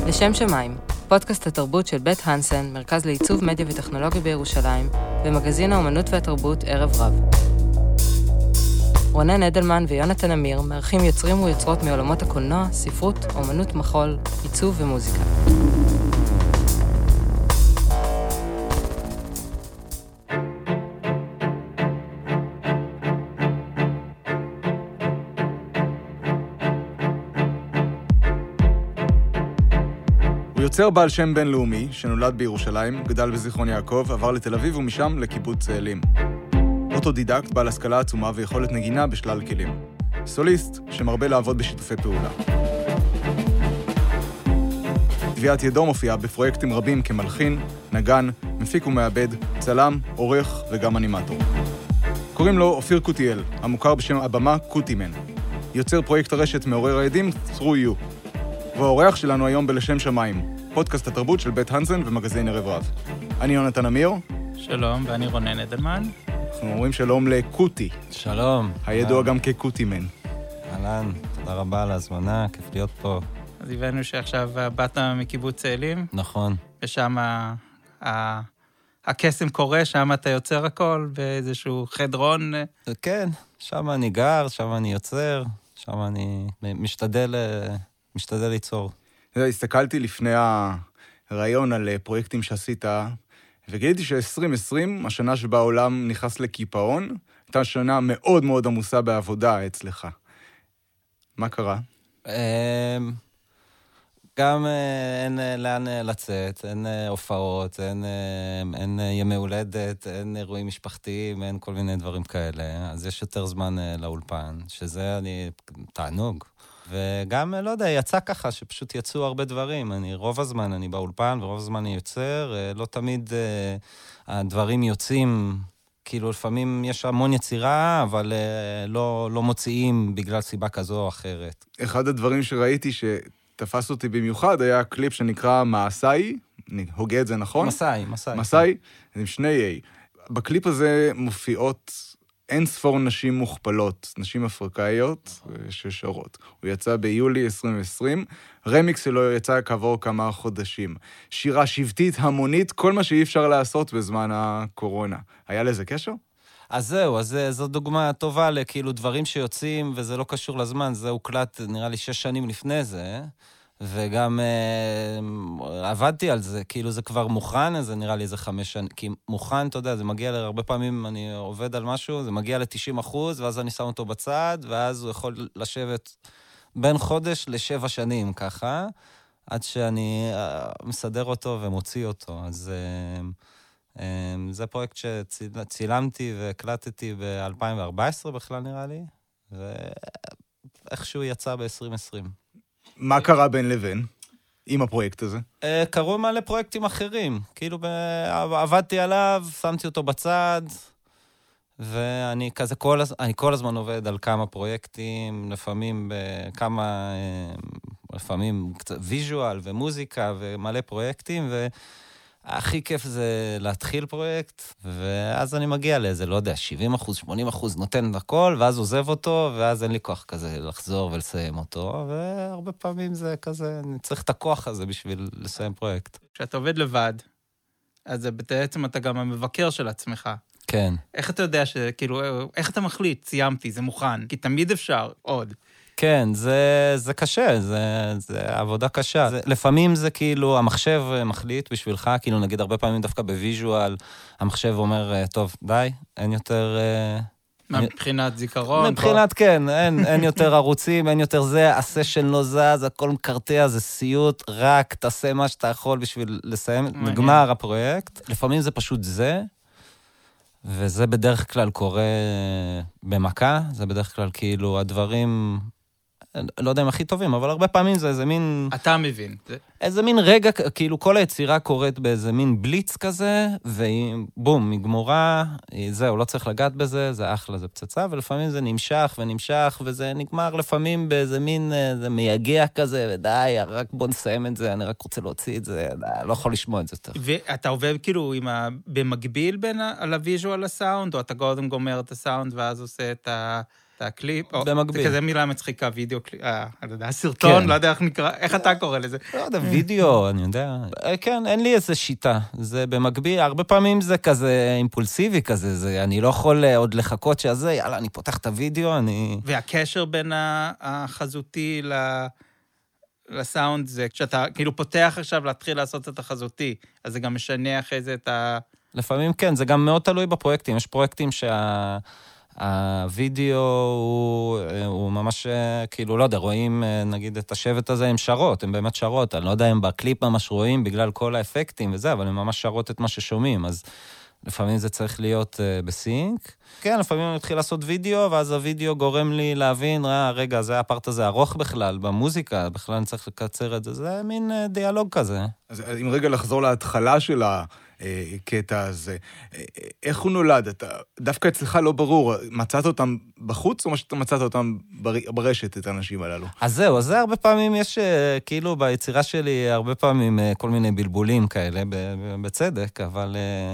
לשם שמיים, פודקאסט התרבות של בית הנסן, מרכז לעיצוב מדיה וטכנולוגיה בירושלים, ומגזין האומנות והתרבות ערב רב. רונן אדלמן ויונתן אמיר מארחים יוצרים ויוצרות מעולמות הקולנוע, ספרות, אומנות מחול, עיצוב ומוזיקה. הוא יוצר בעל שם בינלאומי, שנולד בירושלים, גדל בזיכרון יעקב, עבר לתל אביב ומשם לקיבוץ צאלים. אוטודידקט, בעל השכלה עצומה ויכולת נגינה בשלל כלים. סוליסט שמרבה לעבוד בשיתופי פעולה. טביעת ידו מופיעה בפרויקטים רבים כמלחין, נגן, מפיק ומעבד, צלם, עורך וגם אנימטור. קוראים לו אופיר קוטיאל, המוכר בשם הבמה קוטימן. יוצר פרויקט הרשת מעורר העדים Through You. והאורח שלנו היום בלשם שמיים, פודקאסט התרבות של בית הנסן ומגזין ערב רב. אני יונתן אמיר. שלום, ואני רונן אדלמן. אנחנו אומרים שלום לקוטי. שלום. הידוע גם כקוטימן. אהלן, תודה רבה על ההזמנה, כיף להיות פה. אז הבאנו שעכשיו באת מקיבוץ צאלים. נכון. ושם הקסם קורה, שם אתה יוצר הכל, באיזשהו חדרון. כן, שם אני גר, שם אני יוצר, שם אני משתדל ליצור. הסתכלתי לפני הרעיון על פרויקטים שעשית, וגיליתי ש-2020, השנה שבה העולם נכנס לקיפאון, הייתה שנה מאוד מאוד עמוסה בעבודה אצלך. מה קרה? גם אין לאן לצאת, אין הופעות, אין ימי הולדת, אין אירועים משפחתיים, אין כל מיני דברים כאלה. אז יש יותר זמן לאולפן, שזה אני תענוג. וגם, לא יודע, יצא ככה שפשוט יצאו הרבה דברים. רוב הזמן אני באולפן ורוב הזמן אני יוצר. לא תמיד הדברים יוצאים, כאילו לפעמים יש המון יצירה, אבל לא מוציאים בגלל סיבה כזו או אחרת. אחד הדברים שראיתי שתפס אותי במיוחד היה קליפ שנקרא מעשי, אני הוגה את זה נכון? מסאי, עם שני A. בקליפ הזה מופיעות אין ספור נשים מוכפלות, נשים אפריקאיות ששרות. הוא יצא ביולי 2020, רמיקס שלו יצא כעבור כמה חודשים. שירה שבטית, המונית, כל מה שאי אפשר לעשות בזמן הקורונה. היה לזה קשר? אז זהו, זו דוגמה טובה לכאילו דברים שיוצאים, וזה לא קשור לזמן, זה הוקלט נראה לי 6 שנים לפני זה, וגם עבדתי על זה, כאילו זה כבר מוכן, זה נראה לי איזה 5 שנים, כי מוכן, אתה יודע, זה מגיע להרבה פעמים, אני עובד על משהו, זה מגיע ל-90%, ואז אני שם אותו בצד, ואז הוא יכול לשבת בין חודש ל7 שנים, ככה, עד שאני מסדר אותו ומוציא אותו. אז זה פרויקט שצילמתי והקלטתי ב-2014 בכלל נראה לי, ואיכשהו יצא ב-2020. מה קרה בין לבין עם הפרויקט הזה? קרו מלא פרויקטים אחרים. כאילו עבדתי עליו, שמתי אותו בצד, ואני כזה כל הזמן עובד על כמה פרויקטים, לפעמים קצת ויז'ואל ומוזיקה ומלא פרויקטים, והכי כיף זה להתחיל פרויקט, ואז אני מגיע לאיזה, לא יודע, 70%, 80%, נותן הכל, ואז עוזב אותו, ואז אין לי כוח כזה לחזור ולסיים אותו, והרבה פעמים זה כזה, אני צריך את הכוח הזה בשביל לסיים פרויקט. כשאתה עובד לבד, אז בעצם אתה גם המבקר של עצמך. כן. איך אתה יודע שכאילו, איך אתה מחליט? סיימתי, זה מוכן, כי תמיד אפשר עוד. כן, זה קשה, זה עבודה קשה. לפעמים זה כאילו, המחשב מחליט בשבילך, כאילו נגיד הרבה פעמים דווקא בוויז'ואל, המחשב אומר, טוב, די, אין יותר... מבחינת זיכרון? מבחינת כן, אין יותר ערוצים, אין יותר זה, הסשן לא זז, הכל מקרטע, זה סיוט, רק תעשה מה שאתה יכול בשביל לסיים, נגמר הפרויקט. לפעמים זה פשוט זה, וזה בדרך כלל קורה במכה, זה בדרך כלל כאילו הדברים... לא יודע אם הכי טובים, אבל הרבה פעמים זה איזה מין... אתה מבין. איזה מין רגע, כאילו כל היצירה קורית באיזה מין בליץ כזה, ובום, מגמורה, זהו, לא צריך לגעת בזה, זה אחלה, זה פצצה, ולפעמים זה נמשך ונמשך, וזה נגמר לפעמים באיזה מין, זה מייגע כזה, ודי, רק בוא נסיים את זה, אני רק רוצה להוציא את זה, לא יכול לשמוע את זה יותר. ואתה עובד כאילו במקביל בין על הוויז'ואל לסאונד, או אתה קודם גומר את הסאונד, ואז עושה את את הקליפ, במקביל. זה כזה מילה מצחיקה, וידאו קליפ, הסרטון, לא יודע איך נקרא, איך אתה קורא לזה? לא יודע, וידאו, אני יודע. כן, אין לי איזה שיטה. זה במקביל, הרבה פעמים זה כזה אימפולסיבי כזה, אני לא יכול עוד לחכות שזה, יאללה, אני פותח את הוידאו, והקשר בין החזותי לסאונד זה, כשאתה כאילו פותח עכשיו להתחיל לעשות את החזותי, אז זה גם משנה אחרי זה את לפעמים כן, זה גם מאוד תלוי בפרויקטים. יש פרויקטים שהווידאו הוא ממש, כאילו, לא יודע, רואים, נגיד, את השבט הזה עם שרות, הם באמת שרות, אני לא יודע אם בקליפ ממש רואים בגלל כל האפקטים וזה, אבל הם ממש שרות את מה ששומעים, אז לפעמים זה צריך להיות בסינק. כן, לפעמים אני מתחיל לעשות וידאו, ואז הוידאו גורם לי להבין, רגע, זה הפרט הזה ארוך בכלל, במוזיקה, בכלל אני צריך לקצר את זה, זה מין דיאלוג כזה. אז אם רגע לחזור להתחלה של הקטע הזה, איך הוא נולד? דווקא אצלך לא ברור, מצאת אותם בחוץ, או שאתה מצאת אותם ברשת, את האנשים הללו? אז זהו, אז זה הרבה פעמים יש, כאילו ביצירה שלי, הרבה פעמים כל מיני בלבולים כאלה, בצדק, אבל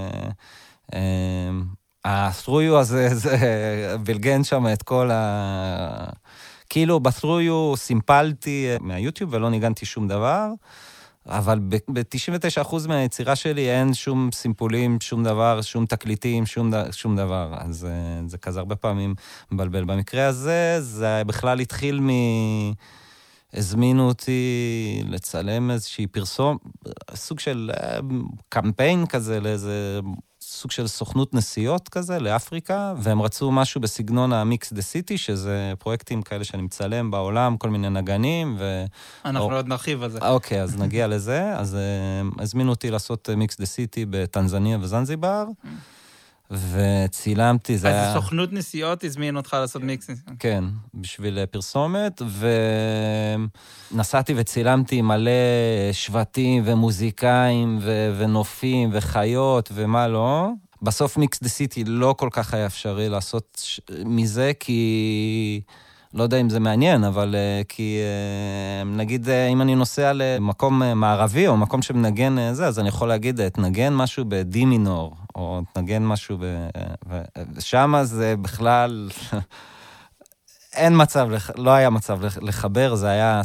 הסטרויו הזה, זה בלגן שם את כל כאילו בסטרויו סימפלתי מהיוטיוב ולא ניגנתי שום דבר, אבל ב-99% מהיצירה שלי אין שום סימפולים, שום דבר, שום תקליטים, שום דבר. אז זה כזה הרבה פעמים מבלבל. במקרה הזה, זה בכלל התחיל הזמינו אותי לצלם איזושהי פרסום, סוג של קמפיין כזה, לאיזה סוג של סוכנות נסיעות כזה, לאפריקה, והם רצו משהו בסגנון המיקס דה סיטי, שזה פרויקטים כאלה שאני מצלם בעולם, כל מיני נגנים, אנחנו עוד נרחיב על זה. אוקיי, אז נגיע לזה. אז הזמינו אותי לעשות מיקס דה סיטי בטנזניה וזנזיבר, וצילמתי, זה היה... אז סוכנות נסיעות הזמין אותך לעשות מיקס נסיעות. כן, בשביל פרסומת, ונסעתי וצילמתי מלא שבטים ומוזיקאים ונופים וחיות ומה לא. בסוף מיקס דה סיטי לא כל כך היה אפשרי לעשות מזה, כי... לא יודע אם זה מעניין, אבל כי נגיד אם אני נוסע למקום מערבי או מקום שמנגן זה, אז אני יכול להגיד, תנגן משהו בדי מינור, או תנגן משהו ושם זה בכלל, אין מצב, לא היה מצב לחבר, זה היה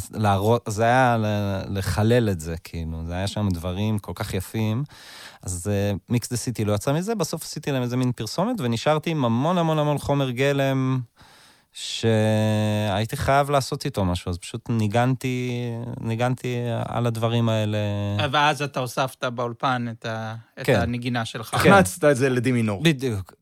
לחלל את זה, כאילו, זה היה שם דברים כל כך יפים, אז מיקס דה סיטי לא יצא מזה, בסוף עשיתי להם איזה מין פרסומת, ונשארתי עם המון המון המון חומר גלם, שהייתי חייב לעשות איתו משהו, אז פשוט ניגנתי על הדברים האלה. ואז אתה הוספת באולפן את הנגינה שלך. הכנסת את זה לדי מינור. בדיוק.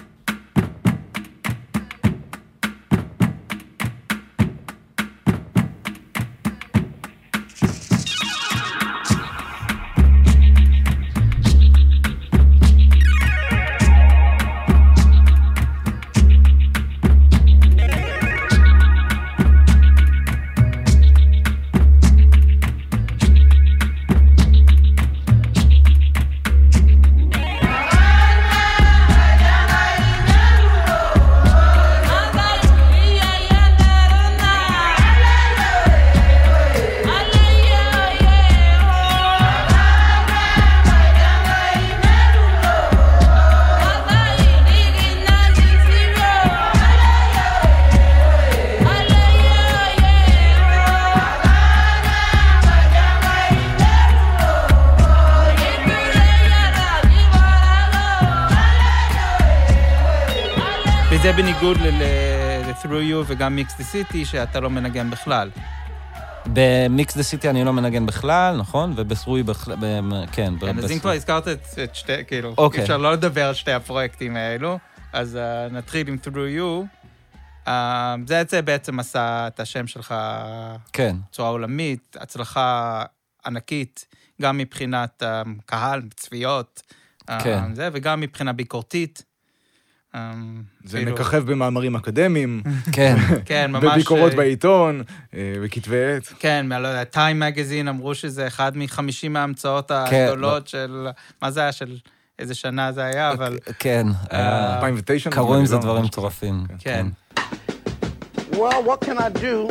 וזה בניגוד ל-Through You וגם מיקס דה סיטי, שאתה לא מנגן בכלל. במיקס דה סיטי אני לא מנגן בכלל, נכון? ובסרוי בכלל, כן. אז אם כבר הזכרת את שתי, כאילו, אפשר לא לדבר על שתי הפרויקטים האלו, אז נתחיל עם Through You. זה בעצם עשה את השם שלך בצורה עולמית, הצלחה ענקית, גם מבחינת קהל, צפיות, וגם מבחינה ביקורתית. זה מככב במאמרים אקדמיים, כן, ממש... בביקורות בעיתון, בכתבי עת. כן, לא יודע, טיים מגזין אמרו שזה אחד מ50 מההמצאות הגדולות של... מה זה היה? של איזה שנה זה היה, אבל... כן, 2009. קראו עם זה דברים מטורפים. כן. Well, what can I do?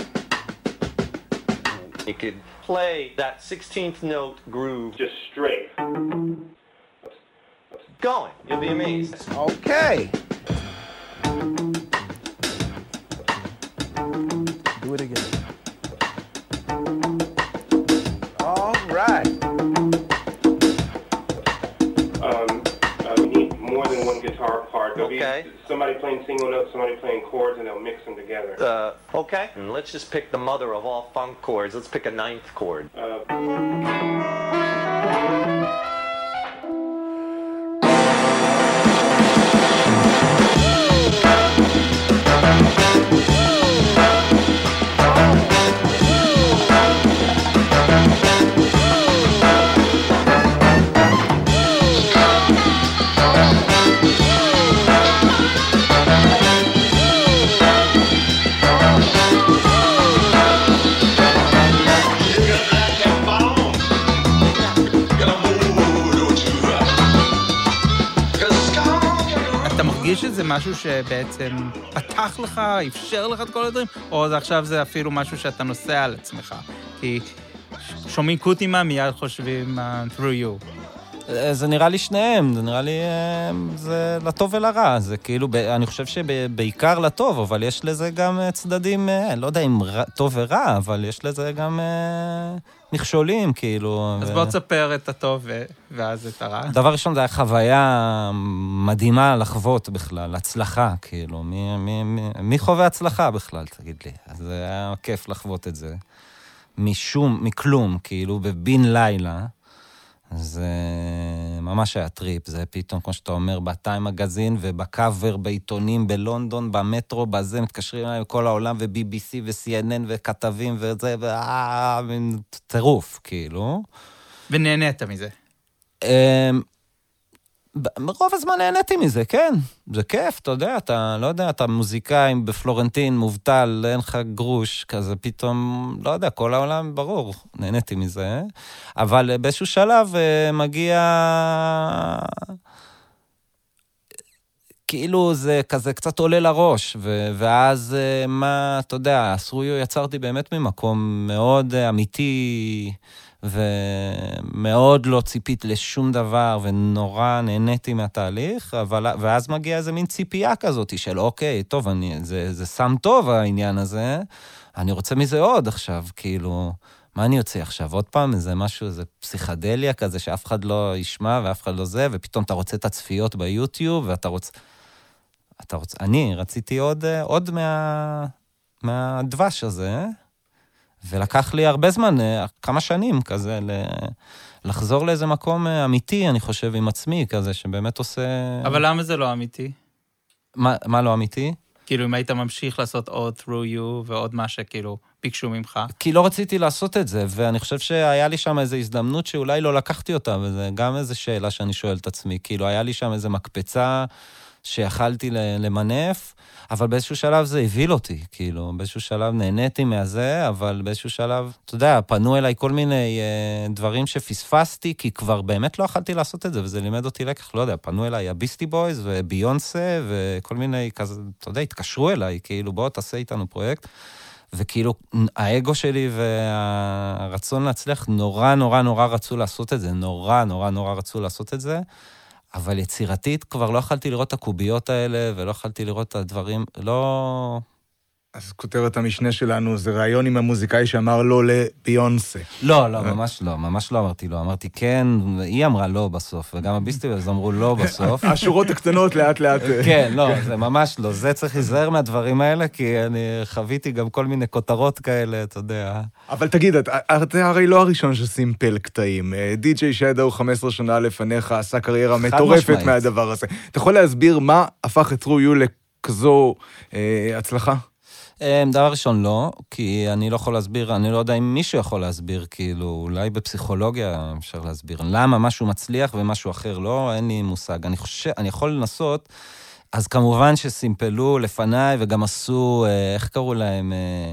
You could play that 16th note groove just straight. Going. You'll be amazed. Okay. it again. All right. We need more than one guitar part. There'll be somebody playing single notes, somebody playing chords, and they'll mix them together. Okay. And let's just pick the mother of all funk chords. Let's pick a ninth chord. שזה משהו שבעצם פתח לך, אפשר לך את כל הדברים, או עכשיו זה אפילו משהו שאתה נוסע על עצמך? כי שומעים קוטימה, מיד חושבים through you. זה נראה לי שניהם, זה נראה לי, זה לטוב ולרע, זה כאילו, אני חושב שבעיקר לטוב, אבל יש לזה גם צדדים, לא יודע אם טוב ורע, אבל יש לזה גם מכשולים, כאילו. אז בוא תספר את הטוב ואז את הרע. דבר ראשון, זה היה חוויה מדהימה לחוות בכלל, הצלחה, כאילו, מי חווה הצלחה בכלל, תגיד לי? אז זה היה כיף לחוות את זה. מכלום, כאילו, בבין לילה. זה ממש היה טריפ, זה פתאום, כמו שאתה אומר, בטיים מגזין ובקאבר, בעיתונים, בלונדון, במטרו, בזה, מתקשרים אליי בכל העולם, ו-BBC ו-CNN וכתבים וזה, מין טירוף, כאילו. ונהנית מזה? רוב הזמן נהניתי מזה, כן. זה כיף, אתה יודע, אתה לא יודע, אתה מוזיקאי בפלורנטין, מובטל, אין לך גרוש, כזה פתאום, לא יודע, כל העולם ברור, נהניתי מזה. אבל באיזשהו שלב מגיע, כאילו זה כזה קצת עולה לראש, ואז מה, אתה יודע, הסרויו יצרתי באמת ממקום מאוד אמיתי, ומאוד לא ציפית לשום דבר, ונורא נהניתי מהתהליך, ואז מגיע איזה מין ציפייה כזאת, של אוקיי, טוב, זה שם טוב העניין הזה, אני רוצה מזה עוד עכשיו, כאילו, מה אני יוצא עכשיו? עוד פעם, איזה משהו, איזה פסיכדליה כזה, שאף אחד לא ישמע, ואף אחד לא זה, ופתאום אתה רוצה את הצפיות ביוטיוב, ואתה רוצה, אני רציתי עוד מהדבש הזה, ולקח לי הרבה זמן, כמה שנים כזה, לחזור לאיזה מקום אמיתי, אני חושב, עם עצמי, כזה, שבאמת עושה... אבל למה זה לא אמיתי? מה לא אמיתי? כאילו, אם היית ממשיך לעשות עוד through you, ועוד מה שכאילו ביקשו ממך. כי לא רציתי לעשות את זה, ואני חושב שהיה לי שם איזו הזדמנות שאולי לא לקחתי אותה, וזה גם איזו שאלה שאני שואל את עצמי, כאילו, היה לי שם איזו מקפצה שיכלתי למנף, אבל באיזשהו שלב זה הביל אותי, כאילו, באיזשהו שלב נהניתי מהזה, אבל באיזשהו שלב, אתה יודע, פנו אליי כל מיני דברים שפספסתי, כי כבר באמת לא יכלתי לעשות את זה, וזה לימד אותי לקח, לא יודע, פנו אליי הביסטי בויז וביונסה, וכל מיני כזה, אתה יודע, התקשרו אליי, כאילו, בוא תעשה איתנו פרויקט, וכאילו, האגו שלי והרצון להצליח נורא נורא נורא רצו לעשות את זה, נורא נורא נורא רצו לעשות את זה, אבל יצירתית כבר לא יכלתי לראות את הקוביות האלה, ולא יכלתי לראות את הדברים, לא... אז כותרת המשנה שלנו זה רעיון עם המוזיקאי שאמר לא לביונסה. לא, ממש לא אמרתי לא. אמרתי כן, היא אמרה לא בסוף, וגם הביסטיבלס אמרו לא בסוף. השורות הקטנות לאט לאט. כן, לא, זה ממש לא. זה צריך להיזהר מהדברים האלה, כי אני חוויתי גם כל מיני כותרות כאלה, אתה יודע. אבל תגיד, אתה הרי לא הראשון שסימפל קטעים. די.ג'יי שדו 15 שנה לפניך עשה קריירה מטורפת מהדבר הזה. אתה יכול להסביר מה הפך את through you לכזו הצלחה? דבר ראשון לא, כי אני לא יכול להסביר, אני לא יודע אם מישהו יכול להסביר, כאילו, אולי בפסיכולוגיה אפשר להסביר, למה משהו מצליח ומשהו אחר לא, אין לי מושג. אני יכול לנסות, אז כמובן שסימפלו לפניי וגם עשו, איך קראו להם,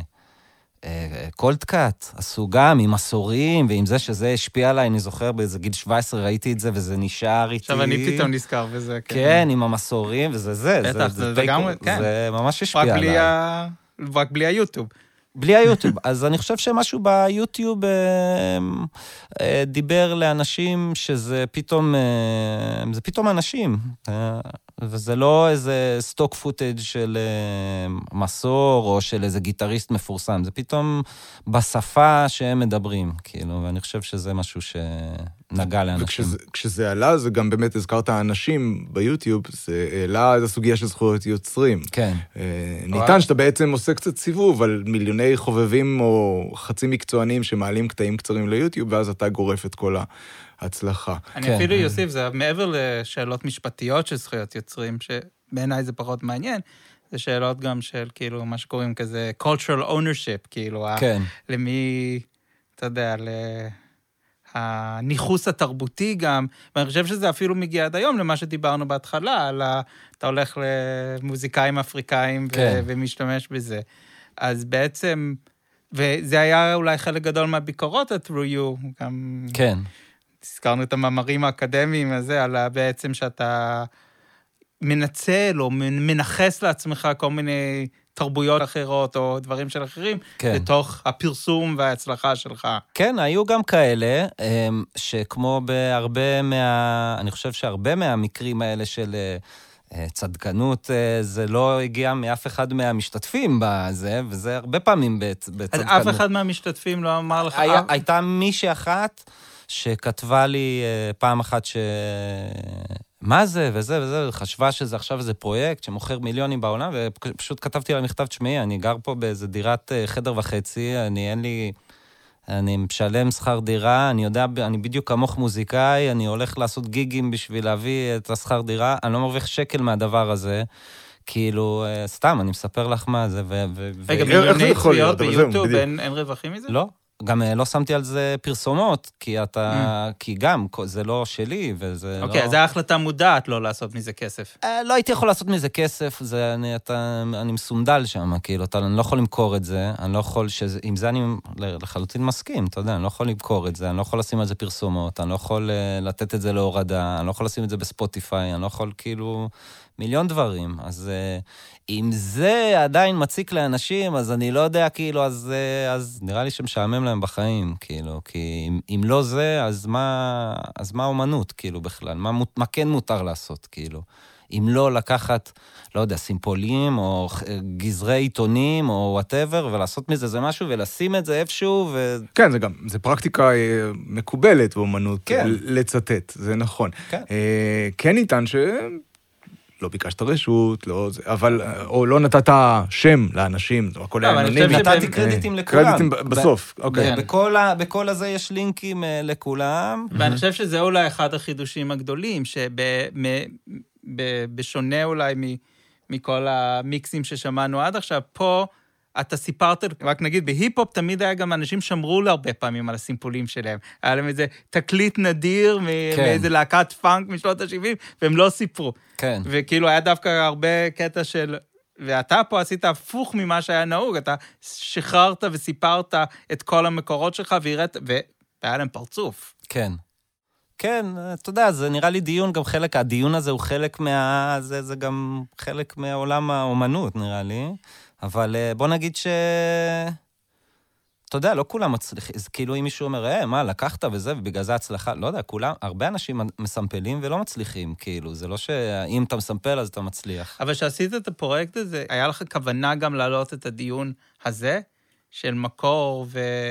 קולדקאט, עשו גם עם מסורים ועם זה שזה השפיע עליי, אני זוכר באיזה גיל 17 ראיתי את זה וזה נשאר איתי. עכשיו אני פתאום נזכר בזה. כן, עם המסורים וזה זה. בטח, זה ממש השפיע עליי. רק בלי היוטיוב. בלי היוטיוב. אז אני חושב שמשהו ביוטיוב דיבר לאנשים שזה פתאום, זה פתאום אנשים. וזה לא איזה סטוק פוטאג' של מסור או של איזה גיטריסט מפורסם. זה פתאום בשפה שהם מדברים, כאילו, ואני חושב שזה משהו שנגע לאנשים. וכשזה עלה, זה גם באמת הזכרת האנשים ביוטיוב, זה העלה איזו סוגיה של זכויות יוצרים. כן. ניתן שאתה בעצם עושה קצת סיבוב על מיליוני חובבים או חצי מקצוענים שמעלים קטעים קצרים ליוטיוב, ואז אתה גורף את כל ההצלחה. אני אפילו יוסיף, זה מעבר לשאלות משפטיות של זכויות יוצרים, שבעיניי זה פחות מעניין, זה שאלות גם של כאילו מה שקוראים כזה cultural ownership, כאילו, למי, אתה יודע, הניחוס התרבותי גם, ואני חושב שזה אפילו מגיע עד היום למה שדיברנו בהתחלה, על אתה הולך למוזיקאים אפריקאים ומשתמש בזה. אז בעצם, וזה היה אולי חלק גדול מהביקורות ה-Through You, גם... כן. הזכרנו את המאמרים האקדמיים הזה, על בעצם שאתה מנצל או מנחס לעצמך כל מיני תרבויות אחרות או דברים של אחרים, לתוך הפרסום וההצלחה שלך. כן, היו גם כאלה, שכמו בהרבה אני חושב שהרבה מהמקרים האלה של צדקנות, זה לא הגיע מאף אחד מהמשתתפים בזה, וזה הרבה פעמים בצדקנות. אז אף אחד מהמשתתפים לא אמר לך... הייתה מישהי אחת שכתבה לי פעם אחת מה זה וזה, חשבה שזה עכשיו איזה פרויקט שמוכר מיליונים בעולם, ופשוט כתבתי לה מכתב, תשמעי, אני גר פה באיזה דירת חדר וחצי, אני משלם שכר דירה, אני יודע, אני בדיוק כמוך מוזיקאי, אני הולך לעשות גיגים בשביל להביא את השכר דירה, אני לא מרוויח שקל מהדבר הזה, כאילו, סתם, אני מספר לך מה זה, רגע, מיליוני צפיות ביוטיוב, אין רווחים מזה? לא. גם לא שמתי על זה פרסומות, כי גם זה לא שלי, וזה לא... אוקיי, אז זו ההחלטה מודעת לא לעשות מזה כסף. לא הייתי יכול לעשות מזה כסף, אני מסונדל שם, כאילו, אני לא יכול למכור את זה, אני לא יכול, עם זה אני לחלוטין מסכים, אתה יודע, אני לא יכול למכור את זה, אני לא יכול לשים על זה פרסומות, אני לא יכול לתת את זה להורדה, אני לא יכול לשים את זה בספוטיפיי, אני לא יכול כאילו... מיליון דברים, אז אם זה עדיין מציק לאנשים, אז אני לא יודע, כאילו, אז נראה לי שמשעמם להם בחיים, כאילו, כי אם לא זה, אז מה אומנות, כאילו, בכלל? מה כן מותר לעשות, כאילו? אם לא לקחת, לא יודע, סימפולים, או גזרי עיתונים, או whatever, ולעשות מזה זה משהו, ולשים את זה איפשהו, כן, זה פרקטיקה מקובלת באומנות, לצטט, זה נכון. כן ניתן לא ביקשת רשות, אבל, או לא נתת שם לאנשים, הכל היה אנונימי. נתתי קרדיטים לכולם. קרדיטים בסוף, אוקיי. בכל הזה יש לינקים לכולם. ואני חושב שזה אולי אחד החידושים הגדולים, שבשונה אולי מכל המיקסים ששמענו עד עכשיו, פה אתה סיפרת, רק נגיד, בהיפ-הופ תמיד היה גם אנשים שמרו להרבה פעמים על הסימפולים שלהם. היה להם איזה תקליט נדיר מאיזה להקת פאנק משנות ה-70, והם לא סיפרו. כן. וכאילו היה דווקא הרבה קטע של... ואתה פה עשית הפוך ממה שהיה נהוג, אתה שחררת וסיפרת את כל המקורות שלך, והיה להם פרצוף. כן. כן, אתה יודע, זה נראה לי דיון, גם הדיון הזה הוא חלק זה גם חלק מהעולם האומנות, נראה לי. אבל בוא נגיד אתה יודע, לא כולם מצליחים, כאילו אם מישהו אומר, מה, לקחת וזה, ובגלל זה הצלחה, לא יודע, הרבה אנשים מסמפלים ולא מצליחים, כאילו, זה לא שאם אתה מסמפל, אז אתה מצליח. אבל שעשית את הפרויקט הזה, היה לך כוונה גם להעלות את הדיון הזה, של מקור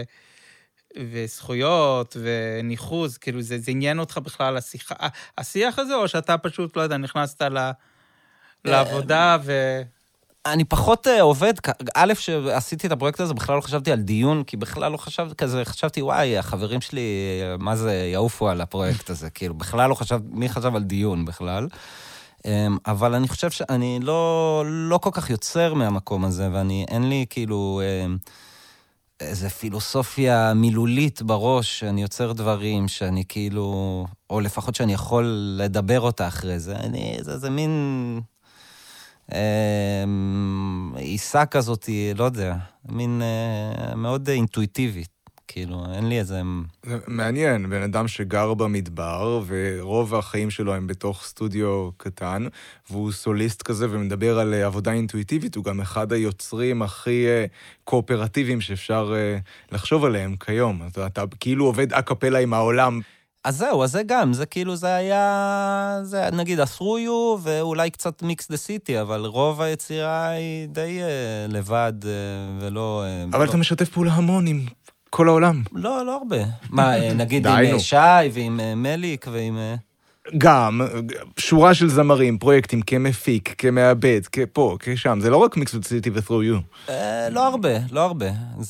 וזכויות וניחוז, כאילו, זה עניין אותך בכלל השיח הזה, או שאתה פשוט, לא יודע, נכנסת לעבודה אני פחות עובד, א' שעשיתי את הפרויקט הזה, בכלל לא חשבתי על דיון, כי בכלל לא חשבתי כזה, חשבתי, וואי, החברים שלי, מה זה, יעופו על הפרויקט הזה, כאילו, בכלל לא חשב, מי חשב על דיון בכלל, אבל אני חושב שאני לא כל כך יוצר מהמקום הזה, אין לי כאילו איזו פילוסופיה מילולית בראש, שאני יוצר דברים, שאני כאילו, או לפחות שאני יכול לדבר אותה אחרי זה, זה מין... עיסה כזאת, לא יודע, מין מאוד אינטואיטיבית, כאילו, אין לי איזה... זה מעניין, בן אדם שגר במדבר, ורוב החיים שלו הם בתוך סטודיו קטן, והוא סוליסט כזה ומדבר על עבודה אינטואיטיבית, הוא גם אחד היוצרים הכי קואופרטיביים שאפשר לחשוב עליהם כיום. אתה כאילו עובד אקפלה עם העולם. אז זהו, אז זה גם, זה כאילו, זה היה, זה, נגיד, אסרויו, ואולי קצת מיקס דה סיטי, אבל רוב היצירה היא די לבד, ולא... אבל אתה משתף פעולה המון עם כל העולם. לא, לא הרבה. מה, נגיד עם שי, ועם מליק, ועם... גם, שורה של זמרים, פרויקטים, כמפיק, כמעבד, כפה, כשם. זה לא רק מיקס דה סיטי ו-through you. לא הרבה, לא הרבה.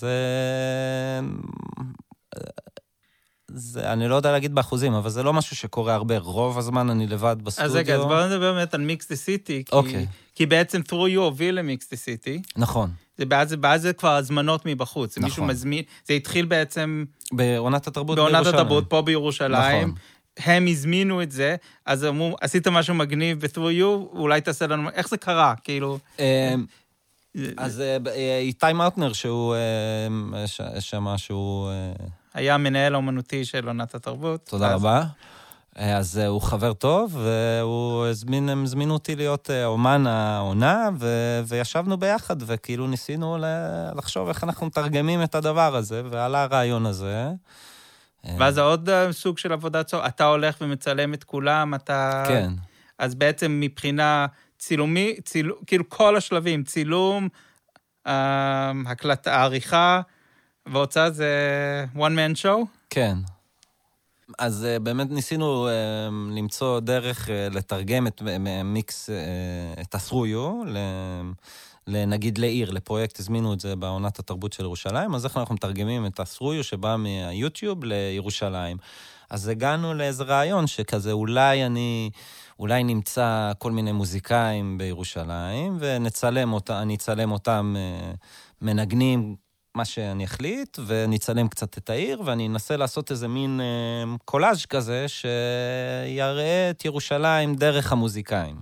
אני לא יודע להגיד באחוזים, אבל זה לא משהו שקורה הרבה. רוב הזמן אני לבד בסטודיו. אז רגע, אז בואו נדבר באמת על מיקס דה סיטי, כי בעצם through you הוביל למיקס דה סיטי. נכון. ואז זה כבר הזמנות מבחוץ. נכון. מישהו מזמין, זה התחיל בעצם... בעונת התרבות בירושלים. בעונת התרבות פה בירושלים. נכון. הם הזמינו את זה, אז אמרו, עשית משהו מגניב ב-through you, אולי תעשה לנו... איך זה קרה? כאילו... אז איתי מאוטנר, שהוא שמה שהוא... היה מנהל האומנותי של עונת התרבות. תודה רבה. אז הוא חבר טוב, הם הזמינו אותי להיות אומן העונה, וישבנו ביחד, וכאילו ניסינו לחשוב איך אנחנו מתרגמים את הדבר הזה, ועלה הרעיון הזה. ואז עוד סוג של עבודת סוף, אתה הולך ומצלם את כולם, אתה... כן. אז בעצם מבחינה צילומי, כאילו כל השלבים, צילום, הקלטה, העריכה, והוצאה זה one man show? כן. אז באמת ניסינו למצוא דרך לתרגם את מיקס, את אסרויו, נגיד לעיר, לפרויקט, הזמינו את זה בעונת התרבות של ירושלים, אז איך אנחנו מתרגמים את אסרויו שבא מהיוטיוב לירושלים. אז הגענו לאיזה רעיון שכזה אולי נמצא כל מיני מוזיקאים בירושלים, אני אצלם אותם מנגנים מה שאני אחליט, ונצלם קצת את העיר, ואני אנסה לעשות איזה מין קולאז' כזה, שיראה את ירושלים דרך המוזיקאים.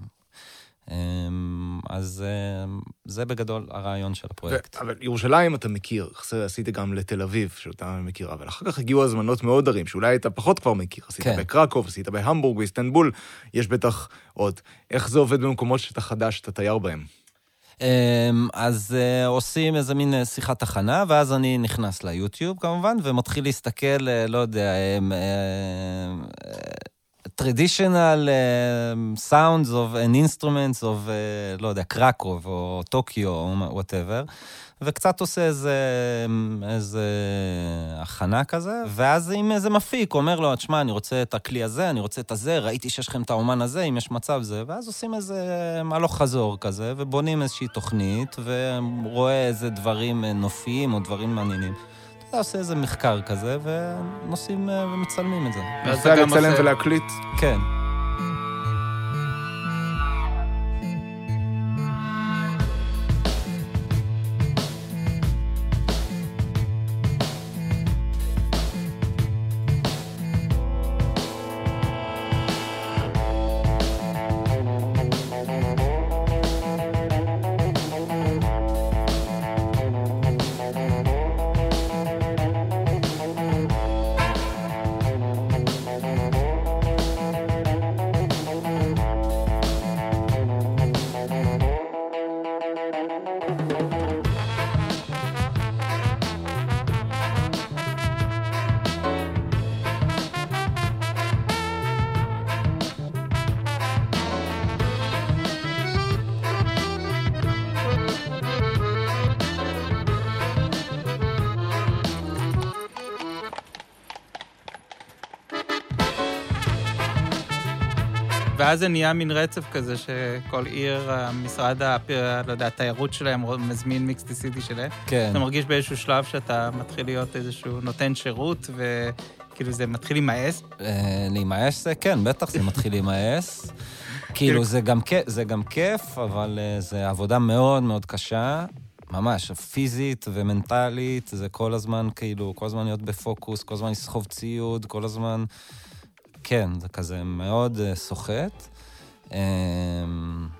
אז זה בגדול הרעיון של הפרויקט. אבל ירושלים אתה מכיר, עשית גם לתל אביב, שאותה מכיר, אבל אחר כך הגיעו הזמנות מאוד דרים, שאולי אתה פחות כבר מכיר. עשית בקרקוב, עשית בהמבורג, באיסטנבול, יש בטח עוד. איך זה עובד במקומות שאתה חדש, שאתה תייר בהם? אז עושים איזה מין שיחת הכנה, ואז אני נכנס ליוטיוב כמובן, ומתחיל להסתכל, לא יודע, traditional sounds of an instruments of, לא יודע, קרקוב או טוקיו או whatever, וקצת עושה איזה הכנה כזה, ואז אם איזה מפיק אומר לו, תשמע, אני רוצה את הכלי הזה, אני רוצה את הזה, ראיתי שיש לכם את האומן הזה, אם יש מצב זה, ואז עושים איזה הלוך חזור כזה, ובונים איזושהי תוכנית, ורואה איזה דברים נופיים או דברים מעניינים. אתה עושה איזה מחקר כזה, ונוסעים ומצלמים את זה. נוסע לצלם ולהקליט? כן. ואז זה נהיה מין רצף כזה שכל עיר, המשרד, לא יודע, התיירות שלהם מזמין מיקס דה סיטי שלהם. כן. אתה מרגיש באיזשהו שלב שאתה מתחיל להיות איזשהו נותן שירות, וכאילו זה מתחיל להימאס? להימאס זה כן, בטח זה מתחיל להימאס. כאילו זה גם כיף, אבל זה עבודה מאוד מאוד קשה, ממש, פיזית ומנטלית, זה כל הזמן כאילו, כל הזמן להיות בפוקוס, כל הזמן לסחוב ציוד, כל הזמן... כן, זה כזה מאוד סוחט.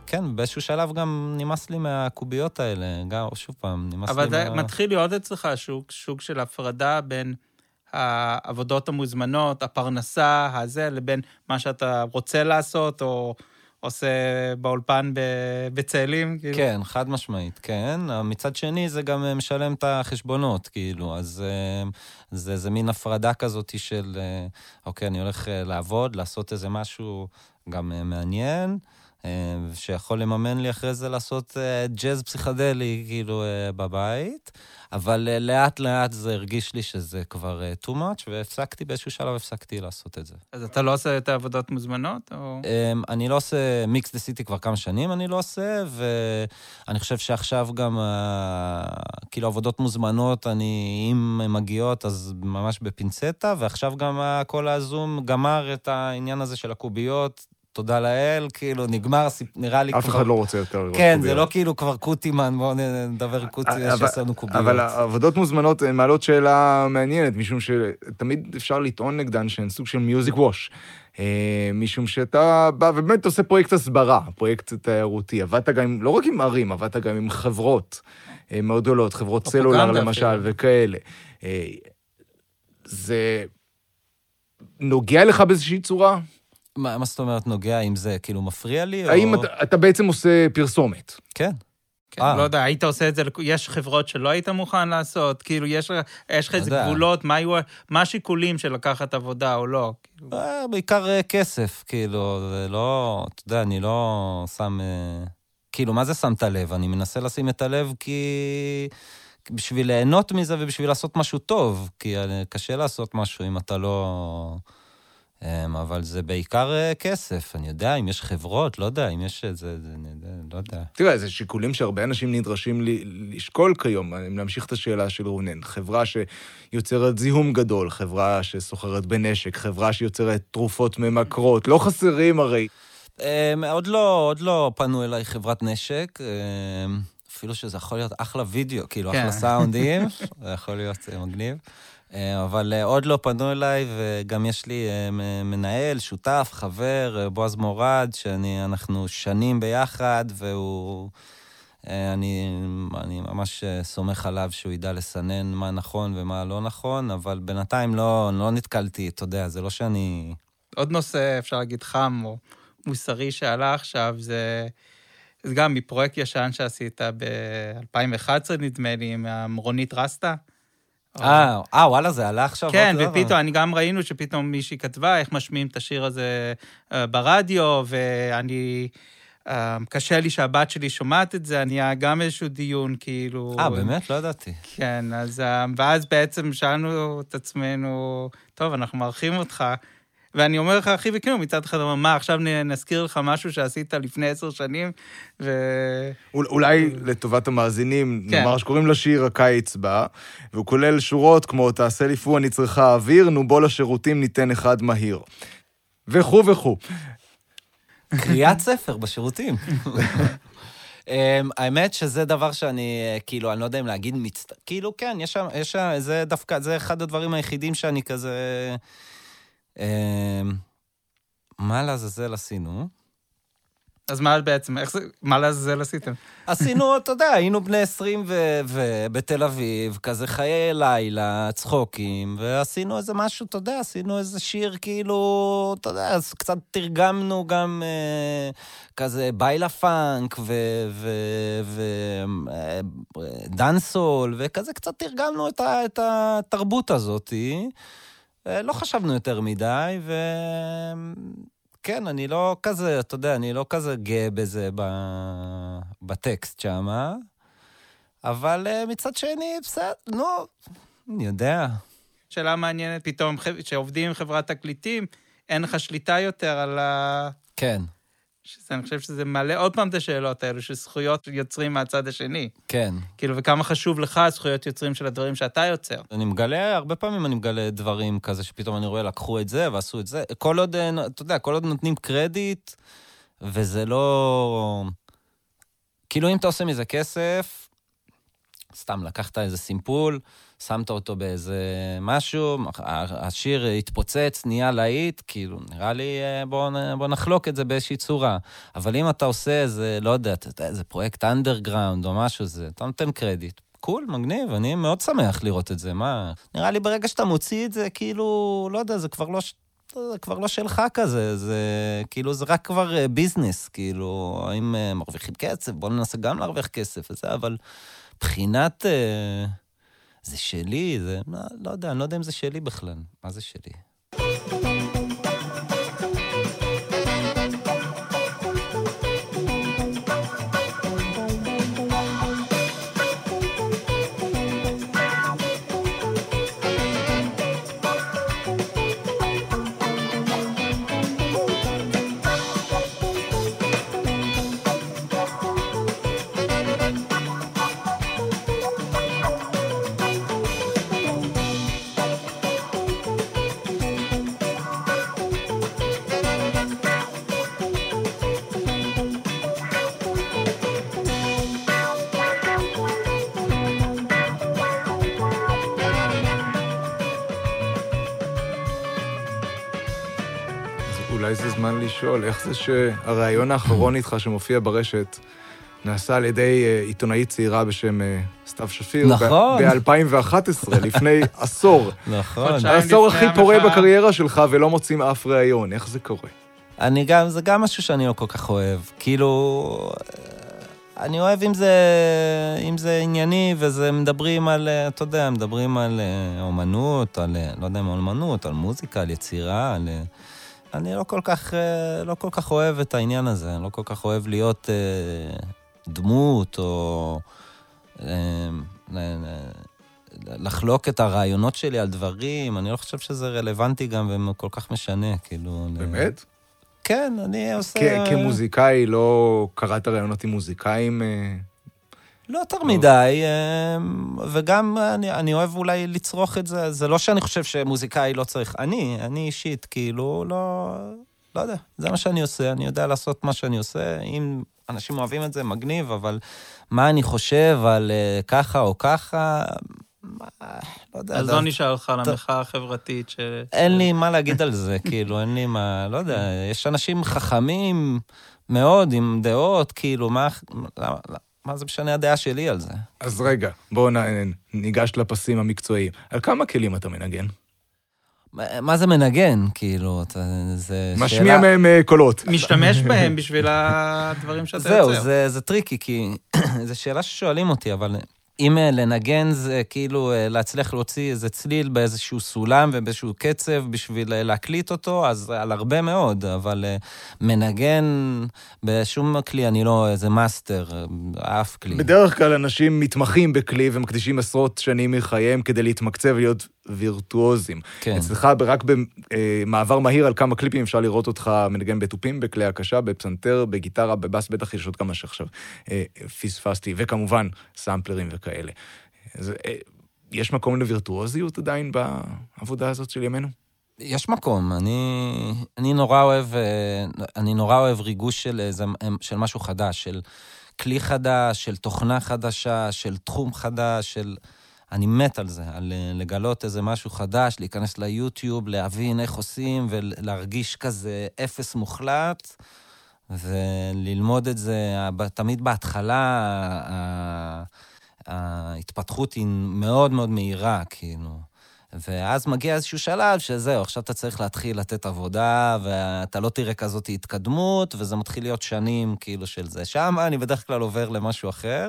כן, באיזשהו שלב גם נמאס לי מהקוביות האלה, גם, שוב פעם, נמאס לי אבל מתחיל להיות אצלך שוק של הפרדה בין העבודות המוזמנות, הפרנסה, הזה, לבין מה שאתה רוצה לעשות, או עושה באולפן בצאלים, כאילו. כן, חד משמעית, כן. מצד שני, זה גם משלם את החשבונות, כאילו. אז זה מין הפרדה כזאת של, אוקיי, אני הולך לעבוד, לעשות איזה משהו גם מעניין, שיכול לממן לי אחרי זה לעשות ג'אז פסיכדלי, כאילו, בבית. אבל לאט לאט זה הרגיש לי שזה כבר too much, והפסקתי באיזשהו שלב, הפסקתי לעשות את זה. אז אתה לא עושה את העבודות מוזמנות? או... אני לא עושה מיקס דה סיטי כבר כמה שנים, אני לא עושה, ואני חושב שעכשיו גם, כאילו עבודות מוזמנות, אם הן מגיעות, אז ממש בפינצטה, ועכשיו גם כל הזום גמר את העניין הזה של הקוביות, תודה לאל, כאילו נגמר, נראה לי אף אחד לא רוצה יותר לראות קוביות. כן, זה לא כאילו כבר קוטימן, בואו נדבר קוטי שעשינו קוביות. אבל העבודות מוזמנות מעלות שאלה מעניינת, משום שתמיד אפשר לטעון נגדן שהן סוג של מיוזיק ווש. משום שאתה בא ובאמת עושה פרויקט הסברה, פרויקט תיירותי. עבדת גם, לא רק עם ערים, עבדת גם עם חברות מאוד גדולות, חברות סלולר למשל וכאלה. זה נוגע לך באיזושהי צורה? מה זאת אומרת נוגע עם זה? כאילו מפריע לי? האם אתה בעצם עושה פרסומת? כן. כן, לא יודע, היית עושה את זה, יש חברות שלא היית מוכן לעשות, כאילו יש לך איזה גבולות, מה השיקולים של לקחת עבודה או לא? בעיקר כסף, כאילו, זה לא, אתה יודע, אני לא שם, כאילו, מה זה שם את הלב? אני מנסה לשים את הלב כי בשביל ליהנות מזה ובשביל לעשות משהו טוב, כי קשה לעשות משהו אם אתה לא... אבל זה בעיקר כסף, אני יודע, אם יש חברות, לא יודע, אם יש זה, לא יודע. תראה, זה שיקולים שהרבה אנשים נדרשים לשקול כיום, אני להמשיך את השאלה של רונן, חברה שיוצרת זיהום גדול, חברה שסוחרת בנשק, חברה שיוצרת תרופות ממכרות, לא חסרים הרי. עוד לא פנו אליי חברת נשק, אפילו שזה יכול להיות אחלה וידאו, כאילו אחלה סאונדים, זה יכול להיות מגניב. אבל עוד לא פנו אליי, וגם יש לי מנהל, שותף, חבר, בועז מורד, שאנחנו שנים ביחד, אני ממש סומך עליו שהוא ידע לסנן מה נכון ומה לא נכון, אבל בינתיים לא נתקלתי, אתה יודע, זה לא שאני... עוד נושא, אפשר להגיד חם או מוסרי שעלה עכשיו, זה גם מפרויקט ישן שעשית ב-2011, נדמה לי, עם המרונית רסטה. וואלה, זה עלה עכשיו. כן, ופתאום, אני גם ראינו שפתאום מישהי כתבה איך משמיעים את השיר הזה ברדיו, ואני, קשה לי שהבת שלי שומעת את זה, אני גם איזשהו דיון, כאילו... באמת? לא ידעתי. כן, ואז בעצם שאלנו את עצמנו, טוב, אנחנו מארחים אותך, ואני אומר לך, אחי וכאילו, מצד אחד, מה, עכשיו נזכיר לך משהו שעשית לפני 10 שנים, אולי לטובת המאזינים, נאמר שקוראים לשיר הקיץ בא, והוא כולל שורות כמו, תעשה לי פו, אני צריכה אוויר, נו בוא לשירותים, ניתן אחד מהיר. וכו וכו. קריאת ספר בשירותים. האמת שזה דבר שאני, כאילו, אני לא יודע אם להגיד כאילו, כן, יש שם, זה דווקא, זה אחד הדברים היחידים שאני כזה... מה לעזאזל עשינו? אז מה בעצם, מה לעזאזל עשיתם? עשינו, אתה יודע, היינו בני 20 ובתל אביב, כזה חיי לילה, צחוקים, ועשינו איזה משהו, אתה יודע, עשינו איזה שיר כאילו, אתה יודע, אז קצת תרגמנו גם כזה ביילה פאנק ודנסול, וכזה קצת תרגמנו את התרבות הזאת, לא חשבנו יותר מדי, וכן, אני לא כזה, אתה יודע, אני לא כזה גאה בזה בטקסט שמה, אבל מצד שני, בסדר, אני יודע. שאלה מעניינת, פתאום, שעובדים עם חברת תקליטים, אין לך שליטה יותר על כן. אני חושב שזה מעלה עוד פעם את השאלות האלו, שזכויות יוצרים מהצד השני. כן. כאילו, וכמה חשוב לך זכויות יוצרים של הדברים שאתה יוצר. אני מגלה, הרבה פעמים אני מגלה דברים כזה, שפתאום אני רואה, לקחו את זה ועשו את זה. כל עוד, אתה יודע, כל עוד נותנים קרדיט, וזה לא... כאילו, אם אתה עושה מזה כסף, סתם לקחת איזה סימפול, שמת אותו באיזה משהו, השיר התפוצץ, נהיה להיט, כאילו, נראה לי, בוא נחלוק את זה באיזושהי צורה. אבל אם אתה עושה איזה, לא יודע, איזה פרויקט אנדרגראונד או משהו, אתה נותן קרדיט. קול, מגניב, אני מאוד שמח לראות את זה, מה? נראה לי ברגע שאתה מוציא את זה, כאילו, לא יודע, זה כבר לא שלך כזה, זה כאילו, זה רק כבר ביזנס, כאילו, אם מרוויחים כסף, בוא ננסה גם להרוויח כסף וזה, אבל בחינת, זה שלי, זה, לא יודע, אני לא יודע אם זה שלי בכלל, מה זה שלי? אולי זה זמן לשאול, איך זה שהרעיון האחרון איתך שמופיע ברשת נעשה על ידי עיתונאית צעירה בשם סתיו שפיר, נכון. ב-2011, לפני עשור. נכון. העשור הכי פורה בקריירה שלך ולא מוצאים אף רעיון, איך זה קורה? זה גם משהו שאני לא כל כך אוהב. כאילו, אני אוהב אם זה ענייני, וזה מדברים על, אתה יודע, מדברים על אומנות, על, לא יודע אם אומנות, על מוזיקה, על יצירה, על... אני לא כל כך אוהב את העניין הזה, אני לא כל כך אוהב להיות דמות, או לחלוק את הרעיונות שלי על דברים, אני לא חושב שזה רלוונטי גם וכל כך משנה, כאילו... באמת? כן, אני עושה... כמוזיקאי לא קראת רעיונות עם מוזיקאים? לא יותר מדי, וגם אני אוהב אולי לצרוך את זה, זה לא שאני חושב שמוזיקאי לא צריך, אני אישית, כאילו, לא יודע, זה מה שאני עושה, אני יודע לעשות מה שאני עושה, אם אנשים אוהבים את זה, מגניב, אבל מה אני חושב על ככה או ככה, לא יודע. אז לא נשאל לך על המחאה החברתית אין לי מה להגיד על זה, כאילו, אין לי מה, לא יודע, יש אנשים חכמים מאוד, עם דעות, כאילו, מה זה משנה הדעה שלי על זה? אז רגע, בואו ניגש לפסים המקצועיים. על כמה כלים אתה מנגן? מה זה מנגן? כאילו, זה שאלה... משמיע מהם קולות. משתמש בהם בשביל הדברים שאתה יוצר. זהו, זה טריקי, כי זו שאלה ששואלים אותי, אבל אם לנגן זה כאילו להצליח להוציא איזה צליל באיזשהו סולם ובאיזשהו קצב בשביל להקליט אותו, אז על הרבה מאוד, אבל מנגן בשום כלי, אני לא איזה מאסטר, אף כלי. בדרך כלל אנשים מתמחים בכלי ומקדישים עשרות שנים מחייהם כדי להתמקצב ולהיות וירטואוזים. כן. אצלך רק במעבר מהיר על כמה קליפים אפשר לראות אותך מנגן בתופים, בכלי הקשה, בפסנתר, בגיטרה, בבאס, בטח יש עוד כמה שעכשיו פספסתי, וכמובן סמפלרים וכאלה. אז, יש מקום לווירטואוזיות עדיין בעבודה הזאת של ימינו? יש מקום. אני נורא אוהב ריגוש של משהו חדש, של כלי חדש, של תוכנה חדשה, של תחום חדש, אני מת על זה, על לגלות איזה משהו חדש, להיכנס ליוטיוב, להבין איך עושים, ולהרגיש כזה אפס מוחלט, וללמוד את זה, תמיד בהתחלה, ההתפתחות היא מאוד מאוד מהירה, כאילו. ואז מגיע איזשהו שלב שזהו, עכשיו אתה צריך להתחיל לתת עבודה, ואתה לא תראה כזאת התקדמות, וזה מתחיל להיות שנים כאילו של זה. שם אני בדרך כלל עובר למשהו אחר.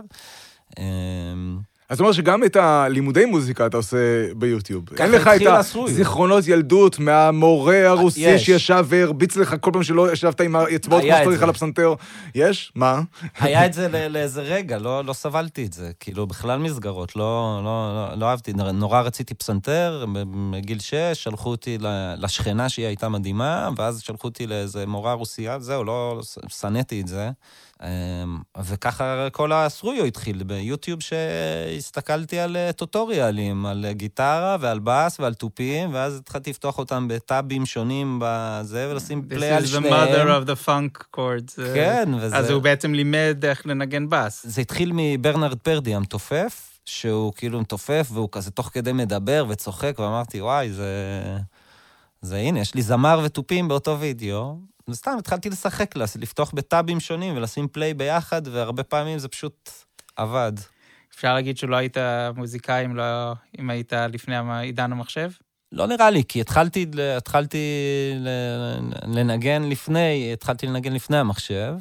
אז זאת אומרת שגם את הלימודי מוזיקה אתה עושה ביוטיוב. אין לך את הזיכרונות ילדות מהמורה הרוסי שישב והרביץ לך כל פעם שלא ישבת עם האצבעות כמו שצריך על הפסנתר. יש? מה? היה את זה לאיזה רגע, לא סבלתי את זה. כאילו, בכלל מסגרות, לא אהבתי. נורא רציתי פסנתר, בגיל 6, שלחו אותי לשכנה שהיא הייתה מדהימה, ואז שלחו אותי לאיזה מורה רוסייה, זהו, לא סניתי את זה. וככה כל הסרויו התחיל ביוטיוב שהסתכלתי על טוטוריאלים, על גיטרה ועל בס ועל טופים, ואז התחלתי לפתוח אותם בטאבים שונים בזה ולשים פליי על שניהם. This is the mother of the funk chords. כן, וזה... אז הוא בעצם לימד איך לנגן בס. זה התחיל מברנרד פרדי המתופף, שהוא כאילו מתופף, והוא כזה תוך כדי מדבר וצוחק, ואמרתי, וואי, זה הנה, יש לי זמר וטופים באותו וידאו, וסתם התחלתי לשחק, לפתוח בטאבים שונים, ולשים פליי ביחד, והרבה פעמים זה פשוט עבד. אפשר להגיד שלא היית מוזיקאי אם היית לפני עידן המחשב? לא נראה לי, כי התחלתי לנגן לפני המחשב,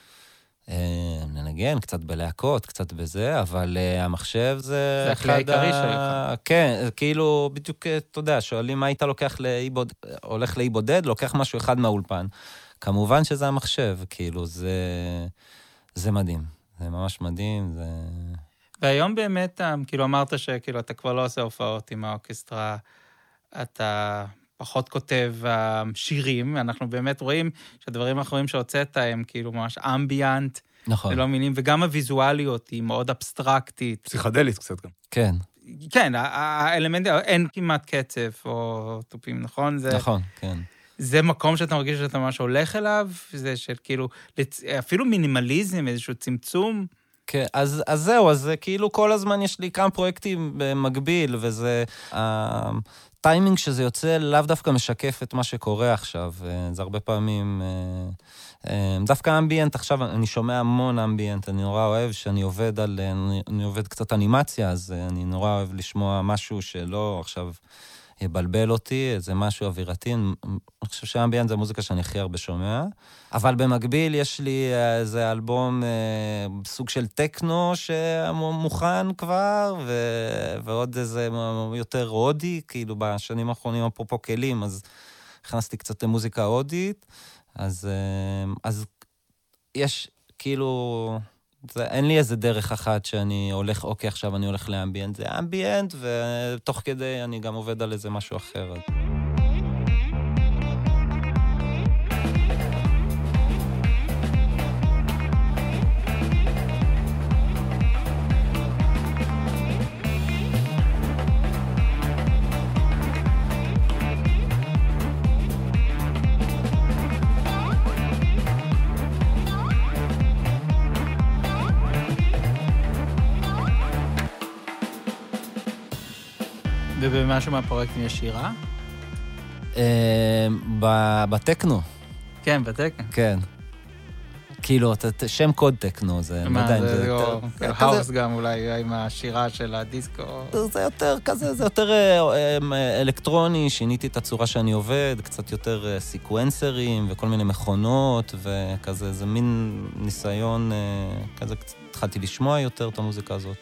לנגן קצת בלהקות, קצת בזה, אבל המחשב זה הכלי העיקרי שלך. כן, כאילו, בדיוק, אתה יודע, שואלים מה היית הולך לאי בודד, לוקח משהו אחד מהאולפן. כמובן שזה המחשב, כאילו, זה מדהים. זה ממש מדהים, זה... והיום באמת, כאילו, אמרת שכאילו, אתה כבר לא עושה הופעות עם האורקסטרה, אתה פחות כותב שירים, אנחנו באמת רואים שהדברים האחרונים שהוצאת הם כאילו ממש אמביאנט, נכון. ולא מילים, וגם הוויזואליות היא מאוד אבסטרקטית. פסיכדלית קצת גם. כן. כן, האלמנט, אין כמעט קצב או טופים, נכון? נכון, כן. זה מקום שאתה מרגיש שאתה ממש הולך אליו, זה של כאילו, אפילו מינימליזם, איזשהו צמצום. כן, אז זהו, אז כאילו כל הזמן יש לי כמה פרויקטים במקביל, וזה... טיימינג שזה יוצא לאו דווקא משקף את מה שקורה עכשיו. זה הרבה פעמים... דווקא אמביאנט, עכשיו אני שומע המון אמביאנט, אני נורא אוהב שאני עובד קצת אנימציה, אז אני נורא אוהב לשמוע משהו שלא עכשיו יבלבל אותי, איזה משהו אווירתי. אני חושב שהאמביאנט זה המוזיקה שאני הכי הרבה שומע. אבל במקביל יש לי איזה אלבום סוג של טקנו שמוכן כבר, ועוד איזה יותר הודי, כאילו בשנים האחרונים אפרופו כלים, אז הכנסתי קצת מוזיקה הודית, אז יש כאילו... אין לי איזה דרך אחת שאני הולך, אוקיי, עכשיו אני הולך לאמביאנט, זה אמביאנט, ותוך כדי אני גם עובד על איזה משהו אחר. ובמשהו מהפרויקטים יש שירה? בטקנו. כן, בטקנו. כן. כאילו, שם קוד טקנו, זה... מה, זה האוס גם אולי עם השירה של הדיסקו? זה יותר כזה, זה יותר אלקטרוני, שיניתי את הצורה שאני עובד, קצת יותר סיקוונסרים וכל מיני מכונות, וכזה, זה מין ניסיון, כזה, התחלתי לשמוע יותר את המוזיקה הזאת.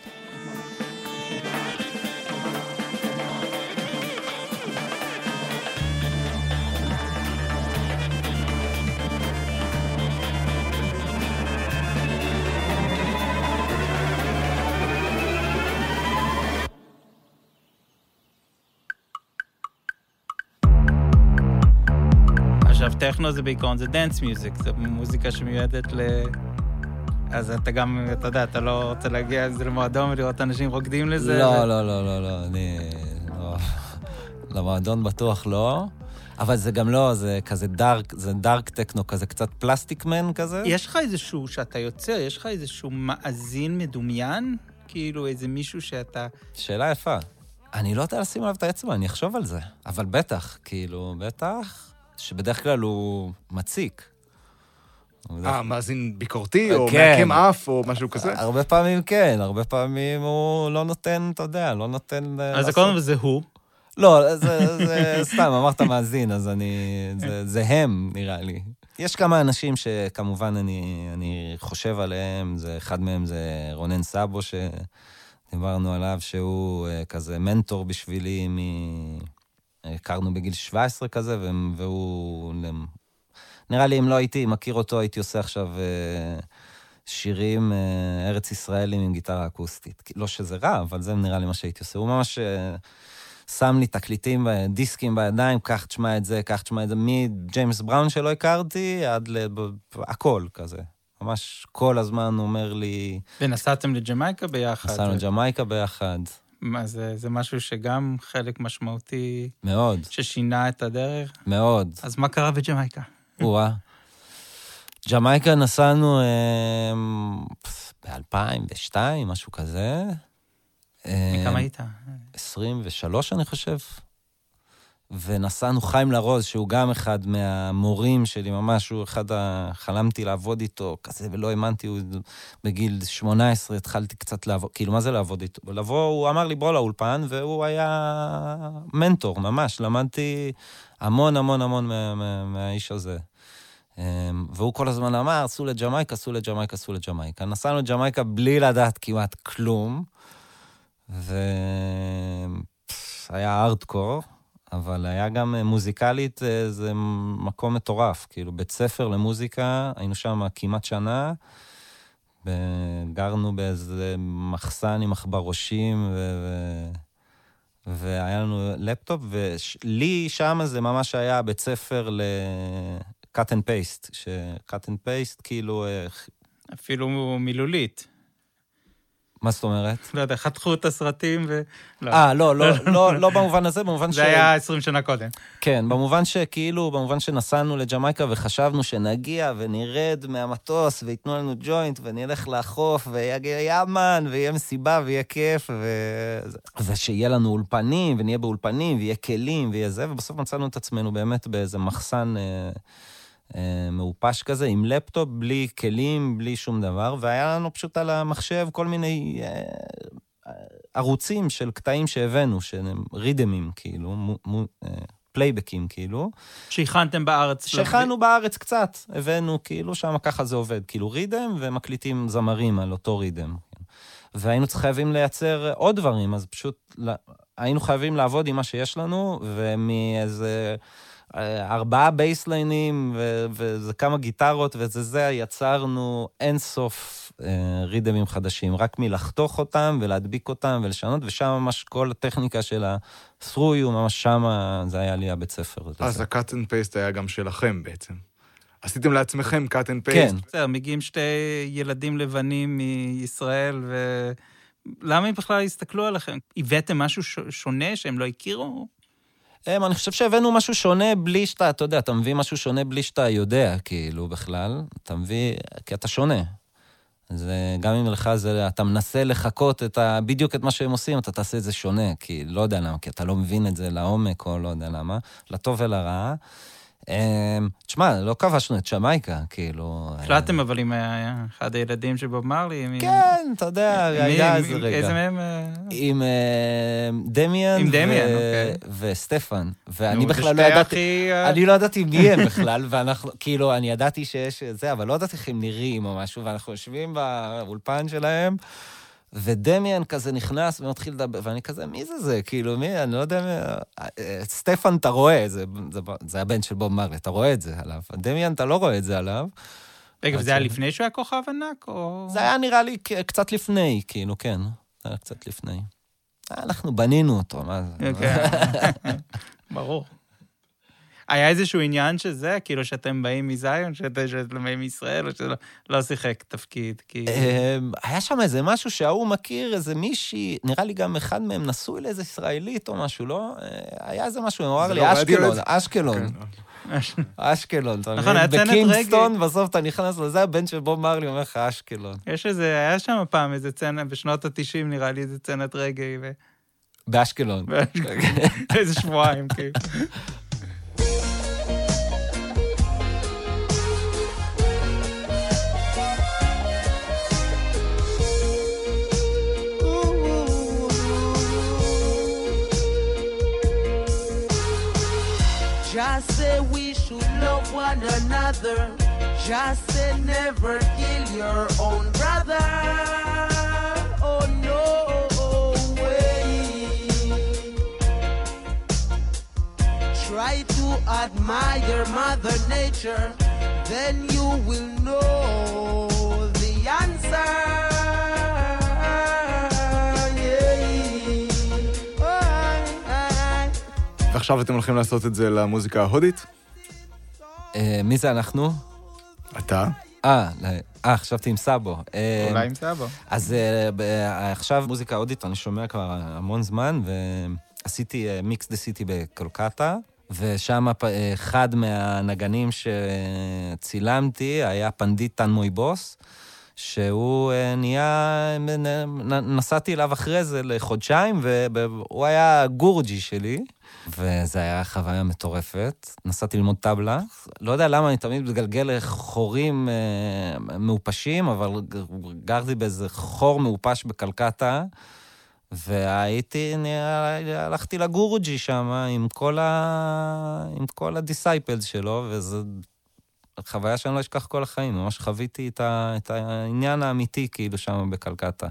טכנו זה בעיקרון, זה דנס מיוזיק, זה מוזיקה שמיועדת אז אתה גם, אתה יודע, אתה לא רוצה להגיע למועדון ולראות אנשים רוקדים לזה? לא, אני... למועדון בטוח לא, אבל זה גם לא, זה כזה דארק טכנו, כזה קצת פלסטיקמן כזה. יש לך איזשהו, שאתה יוצר, יש לך איזשהו מאזין מדומיין? כאילו איזה מישהו שאתה... שאלה יפה. אני לא יודע לשים עליו את האצבע, אני אחשוב על זה. אבל בטח, כאילו, בטח... שבדרך כלל הוא מציק. מאזין ביקורתי, או מעקם אף, או משהו כזה? הרבה פעמים כן, הרבה פעמים הוא לא נותן, אתה יודע, לא נותן... אז קודם זה הוא? לא, זה סתם, אמרת מאזין, אז זה הם, נראה לי. יש כמה אנשים שכמובן אני חושב עליהם, אחד מהם זה רונן סאבו, שדיברנו עליו, שהוא כזה מנטור בשבילי הכרנו בגיל 17 כזה, והוא... נראה לי, אם לא הייתי מכיר אותו, הייתי עושה עכשיו שירים ארץ ישראלים עם גיטרה אקוסטית. לא שזה רע, אבל זה נראה לי מה שהייתי עושה. הוא ממש שם לי תקליטים, דיסקים בידיים, כך תשמע את זה, כך תשמע את זה, מג'יימס בראון שלא הכרתי, עד הכל כזה. ממש כל הזמן הוא אומר לי... ונסעתם לג'מייקה ביחד? נסענו לג'מייקה ביחד. מה זה משהו שגם חלק משמעותי... מאוד. ששינה את הדרך? מאוד. אז מה קרה בג'מייקה? ג'מייקה נסענו ב-2002, משהו כזה. מכמה היית? 23, אני חושב. ונסענו חיים לרוז, שהוא גם אחד מהמורים שלי, ממש, הוא אחד חלמתי לעבוד איתו, כזה, ולא האמנתי, בגיל 18 התחלתי קצת לעבוד, כאילו, מה זה לעבוד איתו? הוא אמר לי, בוא לאולפן, והוא היה מנטור, ממש, למדתי המון המון המון מהאיש הזה. והוא כל הזמן אמר, עשו לג'מייקה, עשו לג'מייקה, עשו לג'מייקה. נסענו לג'מייקה בלי לדעת כמעט כלום, והיה ארדקור, אבל היה גם מוזיקלית, זה מקום מטורף, כאילו בית ספר למוזיקה, היינו שם כמעט שנה, גרנו באיזה מחסן עם מחברושים, והיה לנו לפטופ, ולי שם זה ממש היה בית ספר cut and paste, ש-cut and paste כאילו... אפילו מילולית. מה זאת אומרת? לא יודע, חתכו את הסרטים ו... לא במובן הזה, במובן זה היה 20 שנה קודם. כן, במובן שכאילו, במובן שנסענו לג'מייקה וחשבנו שנגיע ונרד מהמטוס ויתנו לנו ג'וינט ונלך לחוף ויהיה ימן ויהיה מסיבה ויהיה כיף ושיהיה לנו אולפנים ונהיה באולפנים ויהיה כלים ויהיה זה, ובסוף מצאנו את עצמנו באמת באיזה מחסן... מאופש כזה, עם לפטופ, בלי כלים, בלי שום דבר, והיה לנו פשוט על המחשב כל מיני ערוצים של קטעים שהבאנו, שהם רידמים, כאילו, פלייבקים, כאילו. שהכנתם בארץ? שהכנו בארץ קצת, הבאנו, כאילו, שם ככה זה עובד, כאילו רידם, ומקליטים זמרים על אותו רידם. והיינו חייבים לייצר עוד דברים, אז פשוט היינו חייבים לעבוד עם מה שיש לנו, ומאיזה... 4 בייסליינים וזה כמה גיטרות וזה יצרנו אינסוף רידמים חדשים, רק מלחתוך אותם ולהדביק אותם ולשנות, ושם ממש כל הטכניקה של ה-through, ממש שם זה היה לי הבית ספר. אז ה-cut and paste היה גם שלכם בעצם. עשיתם לעצמכם cut and paste? כן. בסדר, מגיעים 2 ילדים לבנים מישראל, ולמה הם בכלל הסתכלו עליכם? הבאתם משהו שונה שהם לא הכירו? אני חושב שהבאנו משהו שונה בלי שאתה, אתה יודע, אתה מביא משהו שונה בלי שאתה יודע, כאילו, בכלל. אתה מביא, כי אתה שונה. זה, גם אם לך זה, אתה מנסה לחכות בדיוק את מה שהם עושים, אתה תעשה את זה שונה, כי לא יודע למה, כי אתה לא מבין את זה לעומק, או לא יודע למה, לטוב ולרע. תשמע, לא כבשנו את ג'מייקה, כאילו... החלטתם אבל עם אחד הילדים שבוב מרלי? כן, אתה יודע, היה איזה רגע. איזה מהם? עם דמיאן וסטפן. ואני בכלל לא ידעתי... אני לא ידעתי מי הם בכלל, ואנחנו, כאילו, אני ידעתי שיש זה, אבל לא ידעתי איך הם נראים או משהו, ואנחנו יושבים באולפן שלהם, ודמיאן כזה נכנס ומתחיל לדבר, ואני כזה, מי זה? כאילו, מי? אני לא יודע, סטפן, אתה רואה, זה הבן של בוב מרלי, אתה רואה את זה עליו. דמיאן, אתה לא רואה את זה עליו. רגע, זה היה לפני שהוא היה כוכב ענק, או... זה היה נראה לי קצת לפני, כאילו, כן. זה היה קצת לפני. אנחנו בנינו אותו, מה זה? ברור. היה איזשהו עניין שזה, כאילו שאתם באים מזיון, שאתם באים מישראל, או שלא שיחק תפקיד? היה שם איזה משהו שההוא מכיר, איזה מישהי, נראה לי גם אחד מהם נשוי לאיזה ישראלית או משהו, לא? היה איזה משהו, הוא אמר לי, אשקלון. אשקלון. נכון, היה צנת רגעי. בקינגסטון, בסוף אתה נכנס לזה, הבן של בוב מרלי אומר לך אשקלון. היה שם פעם איזה צנה, בשנות ה-90 נראה לי איזה צנת רגעי. באשקלון. איזה שבועיים, כאילו. Just say we should love one another. Just say never kill your own brother. Oh no way. Try to admire Mother Nature, then you will know the answer. ועכשיו אתם הולכים לעשות את זה למוזיקה ההודית? מי זה אנחנו? אתה? חשבתי עם סאבו. אולי עם סאבו. אז עכשיו מוזיקה הודית אני שומע כבר המון זמן, ועשיתי מיקס דה סיטי בקולקטה, ושם אחד מהנגנים שצילמתי היה פנדיט תנמוי בוס, שהוא נהיה, נסעתי אליו אחרי זה לחודשיים, והוא היה גורג'י שלי, וזה היה חוויה מטורפת. נסעתי ללמוד טבלה. לא יודע למה אני תמיד מתגלגל לחורים מאופשים, אבל גרתי באיזה חור מאופש בקלקטה, הלכתי לגורג'י שם עם כל הדיסייפלס שלו, וזו חוויה שאני לא אשכח כל החיים. ממש חוויתי את העניין האמיתי כאילו שם בקלקטה.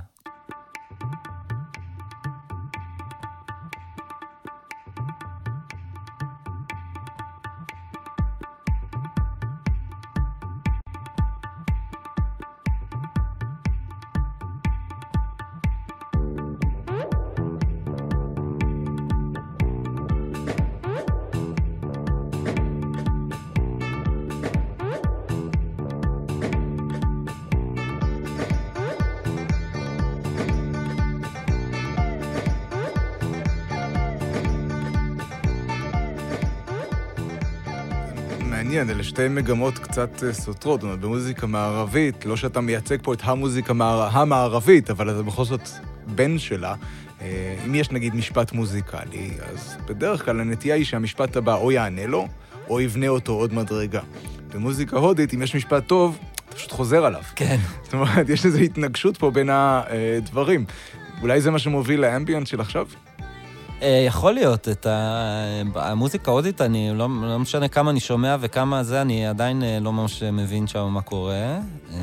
אלה שתי מגמות קצת סותרות, זאת אומרת, במוזיקה מערבית, לא שאתה מייצג פה את המוזיקה המערבית, אבל אתה בכל זאת בן שלה. אם יש נגיד משפט מוזיקלי, אז בדרך כלל הנטייה היא שהמשפט הבא או יענה לו, או יבנה אותו עוד מדרגה. במוזיקה הודית, אם יש משפט טוב, אתה פשוט חוזר עליו. כן. זאת אומרת, יש איזו התנגשות פה בין הדברים. אולי זה מה שמוביל לאמביאנט של עכשיו? יכול להיות, המוזיקה ההודית, אני לא משנה כמה אני שומע וכמה זה, אני עדיין לא ממש מבין שם מה קורה,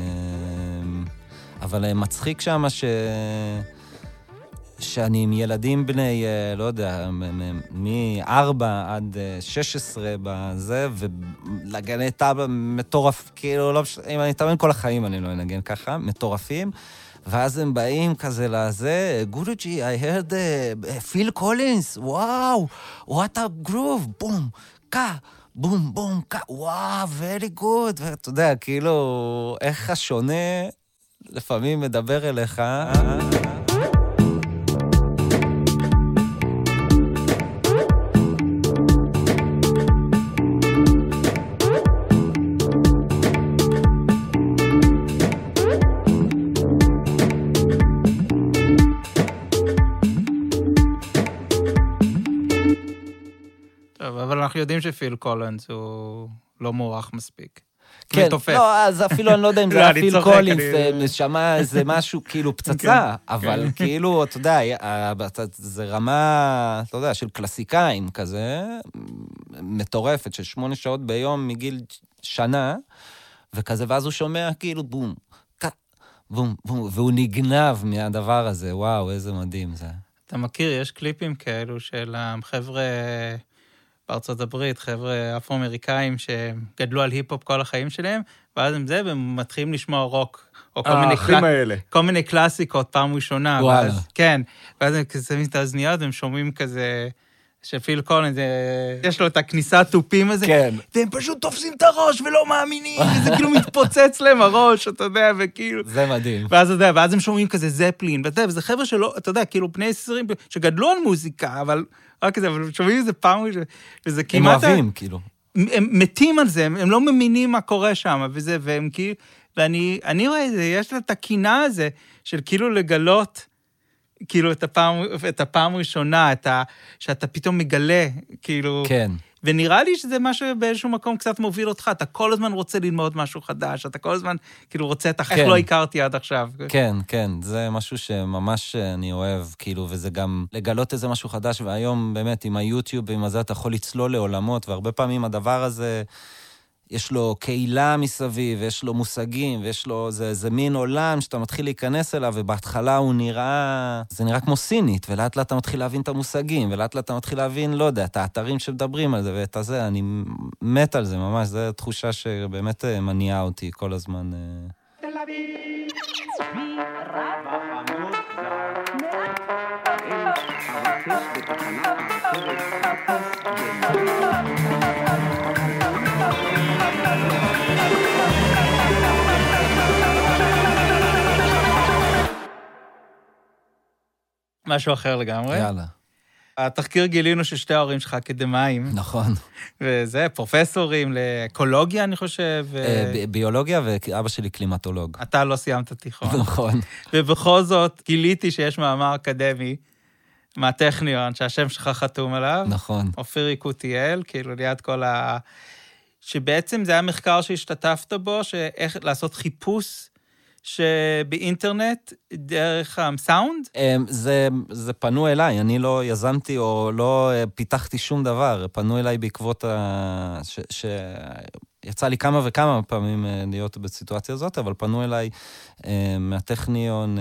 אבל מצחיק שם שאני עם ילדים בני, לא יודע, מ-4 עד 16 בזה, ולגני טבלה מטורף, כאילו, לא משנה, אם אני אתאמן כל החיים אני לא אנגן ככה, מטורפים, ואז הם באים כזה לזה, גורוג'י, I heard Phil Collins, וואו, what a groove, בום, קה, בום, בום, קה, וואו, very good, ואתה יודע, כאילו, איך השונה לפעמים מדבר אליך, אנחנו יודעים שפיל קולינס הוא לא מוערך מספיק. כן, לא, אז אפילו אני לא יודע אם זה פיל קולינס, שמע איזה משהו כאילו פצצה, אבל כאילו, אתה יודע, זה רמה, אתה יודע, של קלאסיקאים כזה, מטורפת, של 8 שעות ביום מגיל שנה, וכזה, ואז הוא שומע כאילו בום, בום, בום, והוא נגנב מהדבר הזה, וואו, איזה מדהים זה. אתה מכיר, יש קליפים כאלו של חבר'ה בארצות הברית, חבר'ה אפרו-אמריקאים שגדלו על היפ-הופ כל החיים שלהם, ואז הם זה, והם מתחילים לשמוע רוק, או כל מיני קלאסיקות פעם ראשונה. וואלה. כן, ואז הם שמים את האזניות, והם שומעים כזה, שפיל קולינס, יש לו את הכניסה הטופים הזה, כן. והם פשוט תופסים את הראש ולא מאמינים, וזה כאילו מתפוצץ להם הראש, אתה יודע, וכאילו... זה מדהים. ואז הם שומעים כזה זפלין, וזה חבר'ה שלא, אתה יודע, כאילו בני 20, שגדלו על מוזיקה, אבל רק כזה, אבל שומעים איזה פעם, וזה כמעט... הם אוהבים, כאילו. הם מתים על זה, הם לא מבינים מה קורה שם, וזה, והם כאילו... ואני רואה את זה, יש לה את הקינה הזה, של כאילו לגלות... כאילו את הפעם הראשונה, שאתה פתאום מגלה, כאילו... כן. ונראה לי שזה משהו באיזשהו מקום קצת מוביל אותך, אתה כל הזמן רוצה ללמוד משהו חדש, אתה כל הזמן כאילו רוצה את איך לא הכרתי עד עכשיו. כן, כן, זה משהו שממש אני אוהב, כאילו, וזה גם לגלות איזה משהו חדש, והיום באמת עם היוטיוב ועם הזה אתה יכול לצלול לעולמות, והרבה פעמים הדבר הזה... יש לו קהילה מסביב, ויש לו מושגים, ויש לו, זה מין עולם שאתה מתחיל להיכנס אליו, ובהתחלה הוא נראה, זה נראה כמו סינית, ולאט לאט אתה מתחיל להבין את המושגים, ולאט לאט אתה מתחיל להבין, לא יודע, את האתרים שמדברים על זה, ואת הזה, אני מת על זה ממש, זו תחושה שבאמת מניעה אותי כל הזמן. משהו אחר לגמרי. יאללה. התחקיר גילינו ששתי ההורים שלך אקדמיים. נכון. וזה, פרופסורים לאקולוגיה, אני חושב. ביולוגיה, ואבא שלי קלימטולוג. אתה לא סיימת תיכון. נכון. ובכל זאת, גיליתי שיש מאמר אקדמי מהטכניון, שהשם שלך חתום עליו. נכון. אופיר יקותיאל, כאילו ליד כל שבעצם זה היה מחקר שהשתתפת בו, שאיך לעשות חיפוש שבאינטרנט, דרך סאונד? זה פנו אליי, אני לא יזמתי או לא פיתחתי שום דבר, פנו אליי בעקבות יצא לי כמה וכמה פעמים להיות בסיטואציה הזאת, אבל פנו אליי מהטכניון,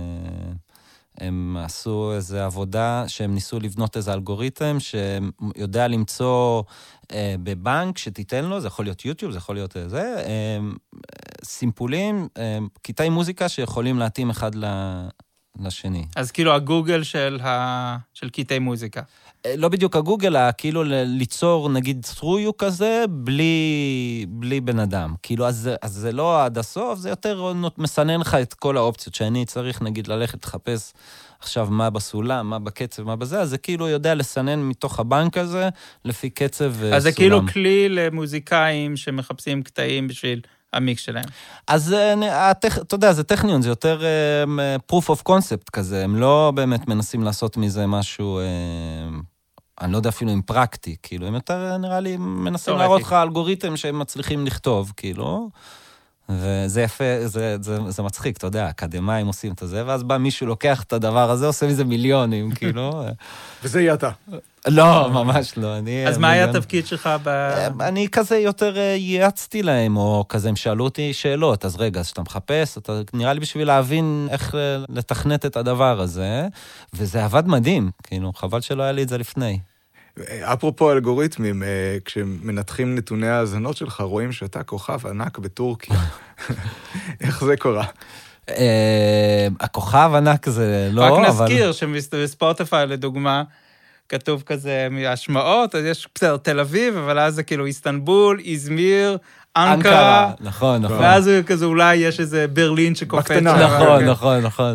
הם עשו איזו עבודה שהם ניסו לבנות איזה אלגוריתם שיודע למצוא בבנק שתיתן לו, זה יכול להיות יוטיוב, זה יכול להיות זה, סימפולים, קטעי מוזיקה שיכולים להתאים אחד לשני. אז כאילו הגוגל של קטעי מוזיקה. לא בדיוק הגוגל, כאילו ליצור נגיד through כזה, בלי בן אדם. כאילו, אז זה לא עד הסוף, זה יותר מסנן לך את כל האופציות, שאני צריך נגיד ללכת לחפש עכשיו מה בסולם, מה בקצב, מה בזה, אז זה כאילו יודע לסנן מתוך הבנק הזה, לפי קצב וסולם. אז זה כאילו כלי למוזיקאים שמחפשים קטעים בשביל המיקס שלהם. אז אתה יודע, זה טכניון, זה יותר proof of concept כזה, הם לא באמת מנסים לעשות מזה משהו, אני לא יודע אפילו אם פרקטי, כאילו, הם יותר נראה לי מנסים להראות לך אלגוריתם שהם מצליחים לכתוב, כאילו, וזה יפה, זה מצחיק, אתה יודע, אקדמיים עושים את זה, ואז בא מישהו לוקח את הדבר הזה, עושה מזה מיליונים, כאילו. וזה יהיה אתה. לא, ממש לא. אז מה היה התפקיד שלך אני כזה יותר ייעצתי להם, או כזה הם שאלו אותי שאלות, אז רגע, אז שאתה מחפש, אתה נראה לי בשביל להבין איך לתכנת את הדבר הזה, וזה עבד מדהים, כאילו, חבל שלא היה לי את זה לפני. אפרופו אלגוריתמים, כשמנתחים נתוני ההאזנות שלך, רואים שאתה כוכב ענק בטורקיה. איך זה קורה? הכוכב ענק זה לא, אבל... רק נזכיר שבספוטיפיי, לדוגמה, כתוב כזה מהשמעות, אז יש בסדר, תל אביב, אבל אז זה כאילו איסטנבול, איזמיר, אנקרה. נכון. ואז כזה אולי יש איזה ברלין שקופץ. נכון.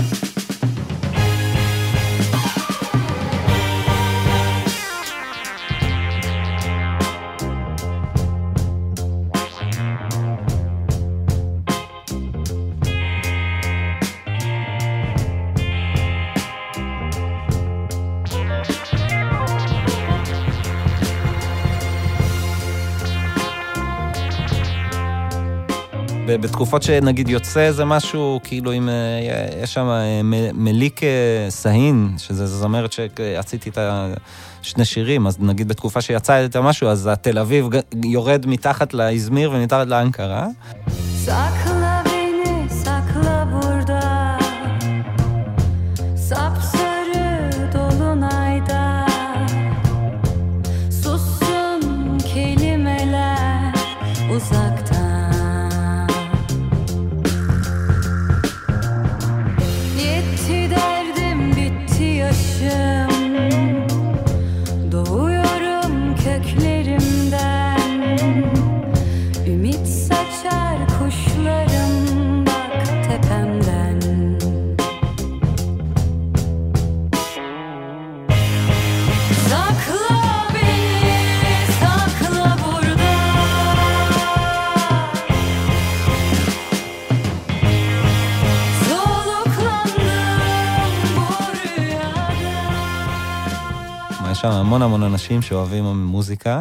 בתקופות שנגיד יוצא איזה משהו, כאילו אם יש שם מליק סהין, שזה זמרת שעשיתי את שני שירים, אז נגיד בתקופה שיצא את משהו, אז התל אביב יורד מתחת לאזמיר ומתחת לאנקרה. סקלה ביני, סקלה בורדה, ספסרı dolunayda, sussun kelimeler uzakta. המון אנשים שאוהבים מוזיקה,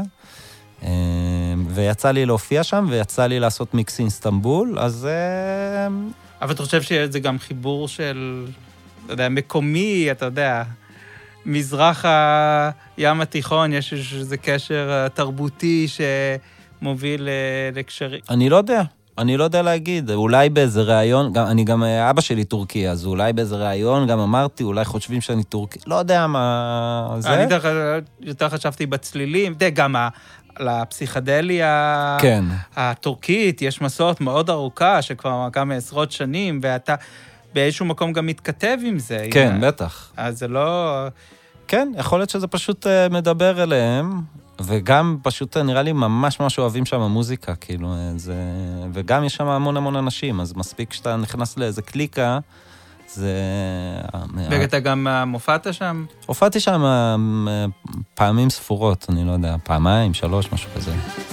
ויצא לי להופיע שם, ויצא לי לעשות מיקס איסטנבול, אז... אבל אתה חושב שזה גם חיבור של, אתה יודע, מקומי, אתה יודע, מזרח הים התיכון, יש איזה קשר תרבותי שמוביל לקשרים? אני לא יודע להגיד, אולי באיזה ראיון, אני גם אבא שלי טורקי, אז אולי באיזה ראיון גם אמרתי, אולי חושבים שאני טורקי, לא יודע מה זה. אני יותר חשבתי בצלילים, גם לפסיכדליה הטורקית, יש מסורת מאוד ארוכה, שכבר כמה עשרות שנים, ואתה באיזשהו מקום גם מתכתב עם זה. כן, בטח. אז זה לא... כן, יכול להיות שזה פשוט מדבר אליהם, וגם פשוט נראה לי ממש אוהבים שם המוזיקה, כאילו, וגם יש שם המון אנשים, אז מספיק שאתה נכנס לאיזה קליקה, זה... ואתה גם מופעת שם? הופעתי שם פעמים ספורות, אני לא יודע, פעמיים, 3, משהו כזה.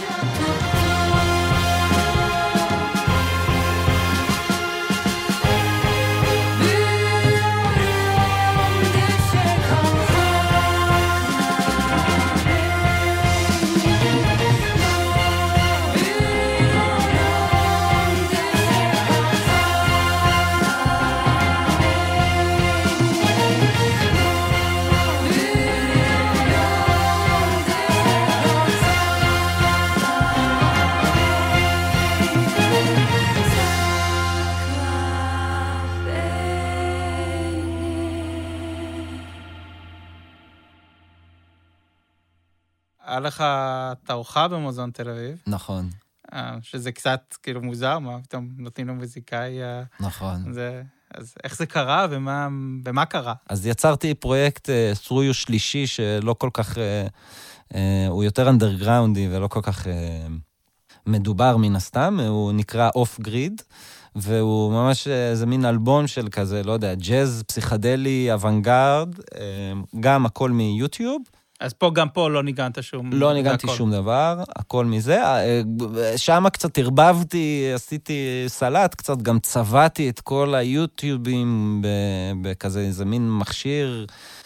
היה לך תערוכה במוזיאון תל אביב. נכון. שזה קצת כאילו מוזר, מה פתאום נותנים לו מוזיקאי. נכון. אז איך זה קרה ומה קרה? אז יצרתי פרויקט סרויו שלישי שלא כל כך, הוא יותר אנדרגראונדי ולא כל כך מדובר מן הסתם, הוא נקרא אוף גריד, והוא ממש איזה מין אלבום של כזה, לא יודע, ג'אז, פסיכדלי, אוונגרד, גם הכל מיוטיוב. אז גם פה לא ניגנת שום... לא ניגנתי שום דבר, הכל מזה. שם קצת הרבבתי, עשיתי סלט, קצת גם צבעתי את כל היוטיובים בכזה איזה מין מכשיר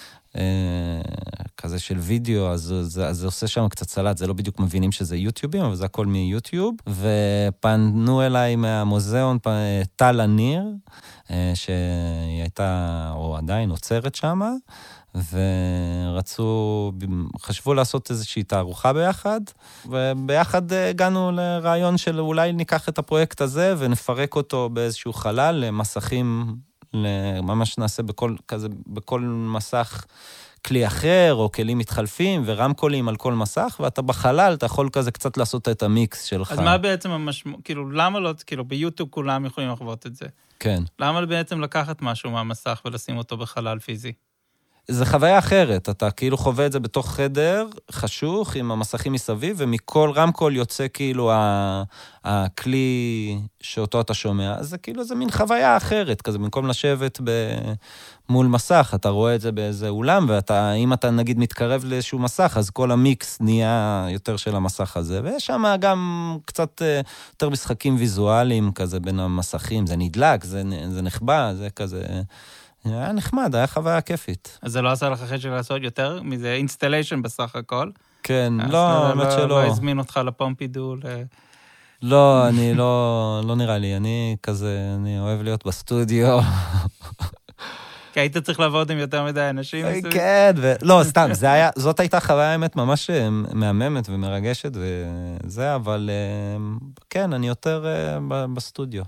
כזה של וידאו, אז זה עושה שם קצת סלט, זה לא בדיוק מבינים שזה יוטיובים, אבל זה הכל מיוטיוב. ופנו אליי מהמוזיאון טל הניר, שהיא הייתה, או עדיין עוצרת שם, חשבו לעשות איזושהי תערוכה ביחד, וביחד הגענו לרעיון של אולי ניקח את הפרויקט הזה ונפרק אותו באיזשהו חלל למסכים, ממש נעשה בכל מסך כלי אחר, או כלים מתחלפים, ורמקולים על כל מסך, ואתה בחלל, אתה יכול כזה קצת לעשות את המיקס שלך. אז מה בעצם המשמעות, כאילו, למה לא, כאילו, ביוטיוב כולם יכולים לחוות את זה? כן. למה בעצם לקחת משהו מהמסך ולשים אותו בחלל פיזי? זה חוויה אחרת, אתה כאילו חווה את זה בתוך חדר חשוך עם המסכים מסביב, ומכל רמקול יוצא כאילו הכלי שאותו אתה שומע, אז זה כאילו זה מין חוויה אחרת, כזה במקום לשבת מול מסך, אתה רואה את זה באיזה אולם, ואם אתה נגיד מתקרב לאיזשהו מסך, אז כל המיקס נהיה יותר של המסך הזה, ויש שם גם קצת יותר משחקים ויזואליים כזה בין המסכים, זה נדלק, זה נחבא, זה כזה... היה נחמד, היה חוויה כיפית. אז זה לא עשה לך חשק לעשות יותר מזה אינסטליישן בסך הכל? כן, לא, האמת שלא. לא הזמין אותך לפומפידו? לא, אני לא נראה לי, אני כזה, אני אוהב להיות בסטודיו. כי היית צריך לעבוד עם יותר מדי אנשים? כן, לא, סתם, זאת הייתה חוויה האמת ממש מהממת ומרגשת וזה, אבל כן, אני יותר בסטודיו.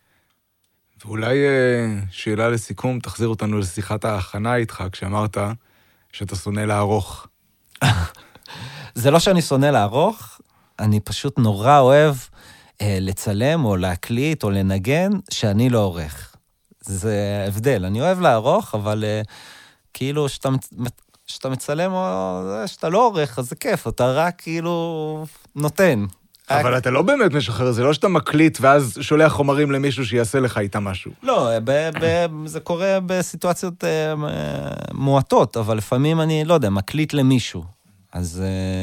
ואולי שאלה לסיכום, תחזיר אותנו לשיחת ההכנה איתך, כשאמרת שאתה שונא לערוך. זה לא שאני שונא לערוך, אני פשוט נורא אוהב לצלם או להקליט או לנגן, שאני לא עורך. זה הבדל. אני אוהב לערוך, אבל כאילו שאתה מצלם או שאתה לא עורך, אז זה כיף, אתה רק כאילו נותן. אבל אתה לא באמת משחרר, זה לא שאתה מקליט ואז שולח חומרים למישהו שיעשה לך איתה משהו. לא, זה קורה בסיטואציות מועטות, אבל לפעמים אני, לא יודע, מקליט למישהו. אז,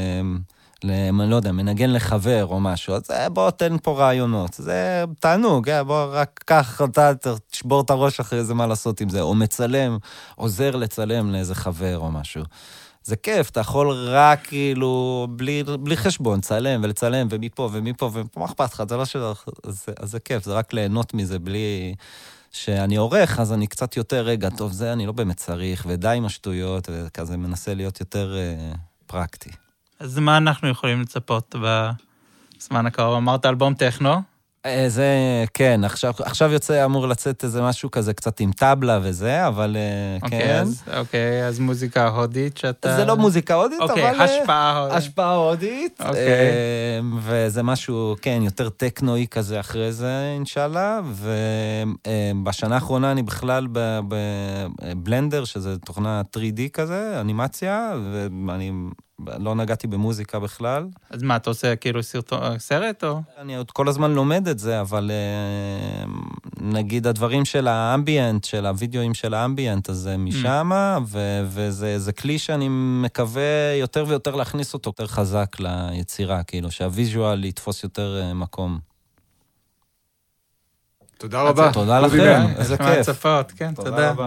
לא יודע, מנגן לחבר או משהו, אז בוא תן פה רעיונות. זה תענוג, בוא רק כך, אתה תשבור את הראש אחרי זה מה לעשות עם זה, או מצלם, עוזר לצלם לאיזה חבר או משהו. זה כיף, אתה יכול רק כאילו, בלי חשבון, צלם ולצלם, ומפה ומפה, ומה אכפת לך, זה לא שלך, אז זה כיף, זה רק ליהנות מזה, בלי שאני עורך, אז אני קצת יותר רגע, טוב, זה אני לא באמת צריך, ודי עם השטויות, וכזה מנסה להיות יותר פרקטי. אז מה אנחנו יכולים לצפות בזמן הקרוב? אמרת אלבום טכנו? זה, כן, עכשיו יוצא, אמור לצאת איזה משהו כזה קצת עם טבלה וזה, אבל כן. אוקיי, אז מוזיקה הודית שאתה... זה לא מוזיקה הודית, אבל... אוקיי, השפעה הודית. וזה משהו, כן, יותר טכנואי כזה אחרי זה, אינשאללה, ובשנה האחרונה אני בכלל בבלנדר, שזה תוכנה 3D כזה, אנימציה, ואני... לא נגעתי במוזיקה בכלל. אז מה, אתה עושה כאילו סרט או? אני עוד כל הזמן לומד את זה, אבל נגיד הדברים של האמביאנט, של הוידאוים של האמביאנט, אז זה משם, וזה כלי שאני מקווה יותר ויותר להכניס אותו יותר חזק ליצירה, כאילו שהוויז'ואל יתפוס יותר מקום. תודה רבה. תודה לכם, איזה כיף. מהצפות, כן, תודה רבה.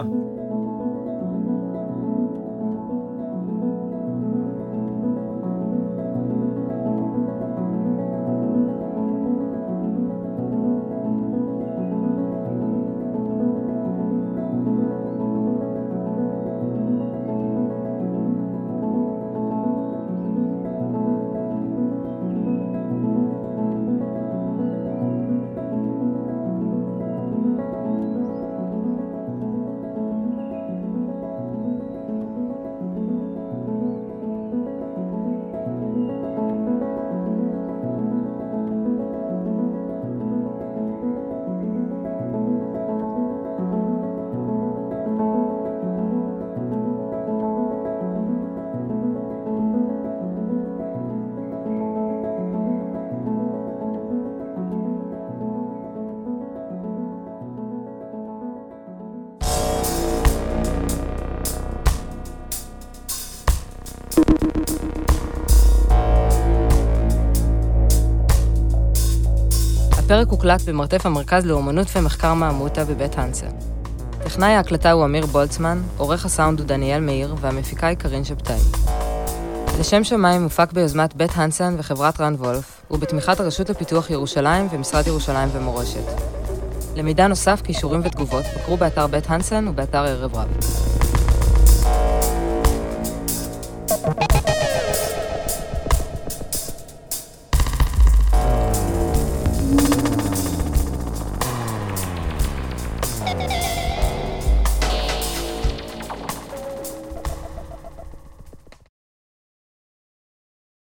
הפרק הוקלט במרתף המרכז לאומנות ומחקר מעמותה בבית הנסן. טכנאי ההקלטה הוא אמיר בולצמן, עורך הסאונד הוא דניאל מאיר והמפיקה היא קרין שבתאי. לשם שמיים מופק ביוזמת בית הנסן וחברת רן וולף, ובתמיכת הרשות לפיתוח ירושלים ומשרד ירושלים ומורשת. למידע נוסף, קישורים ותגובות, בקרו באתר בית הנסן ובאתר ערב רב.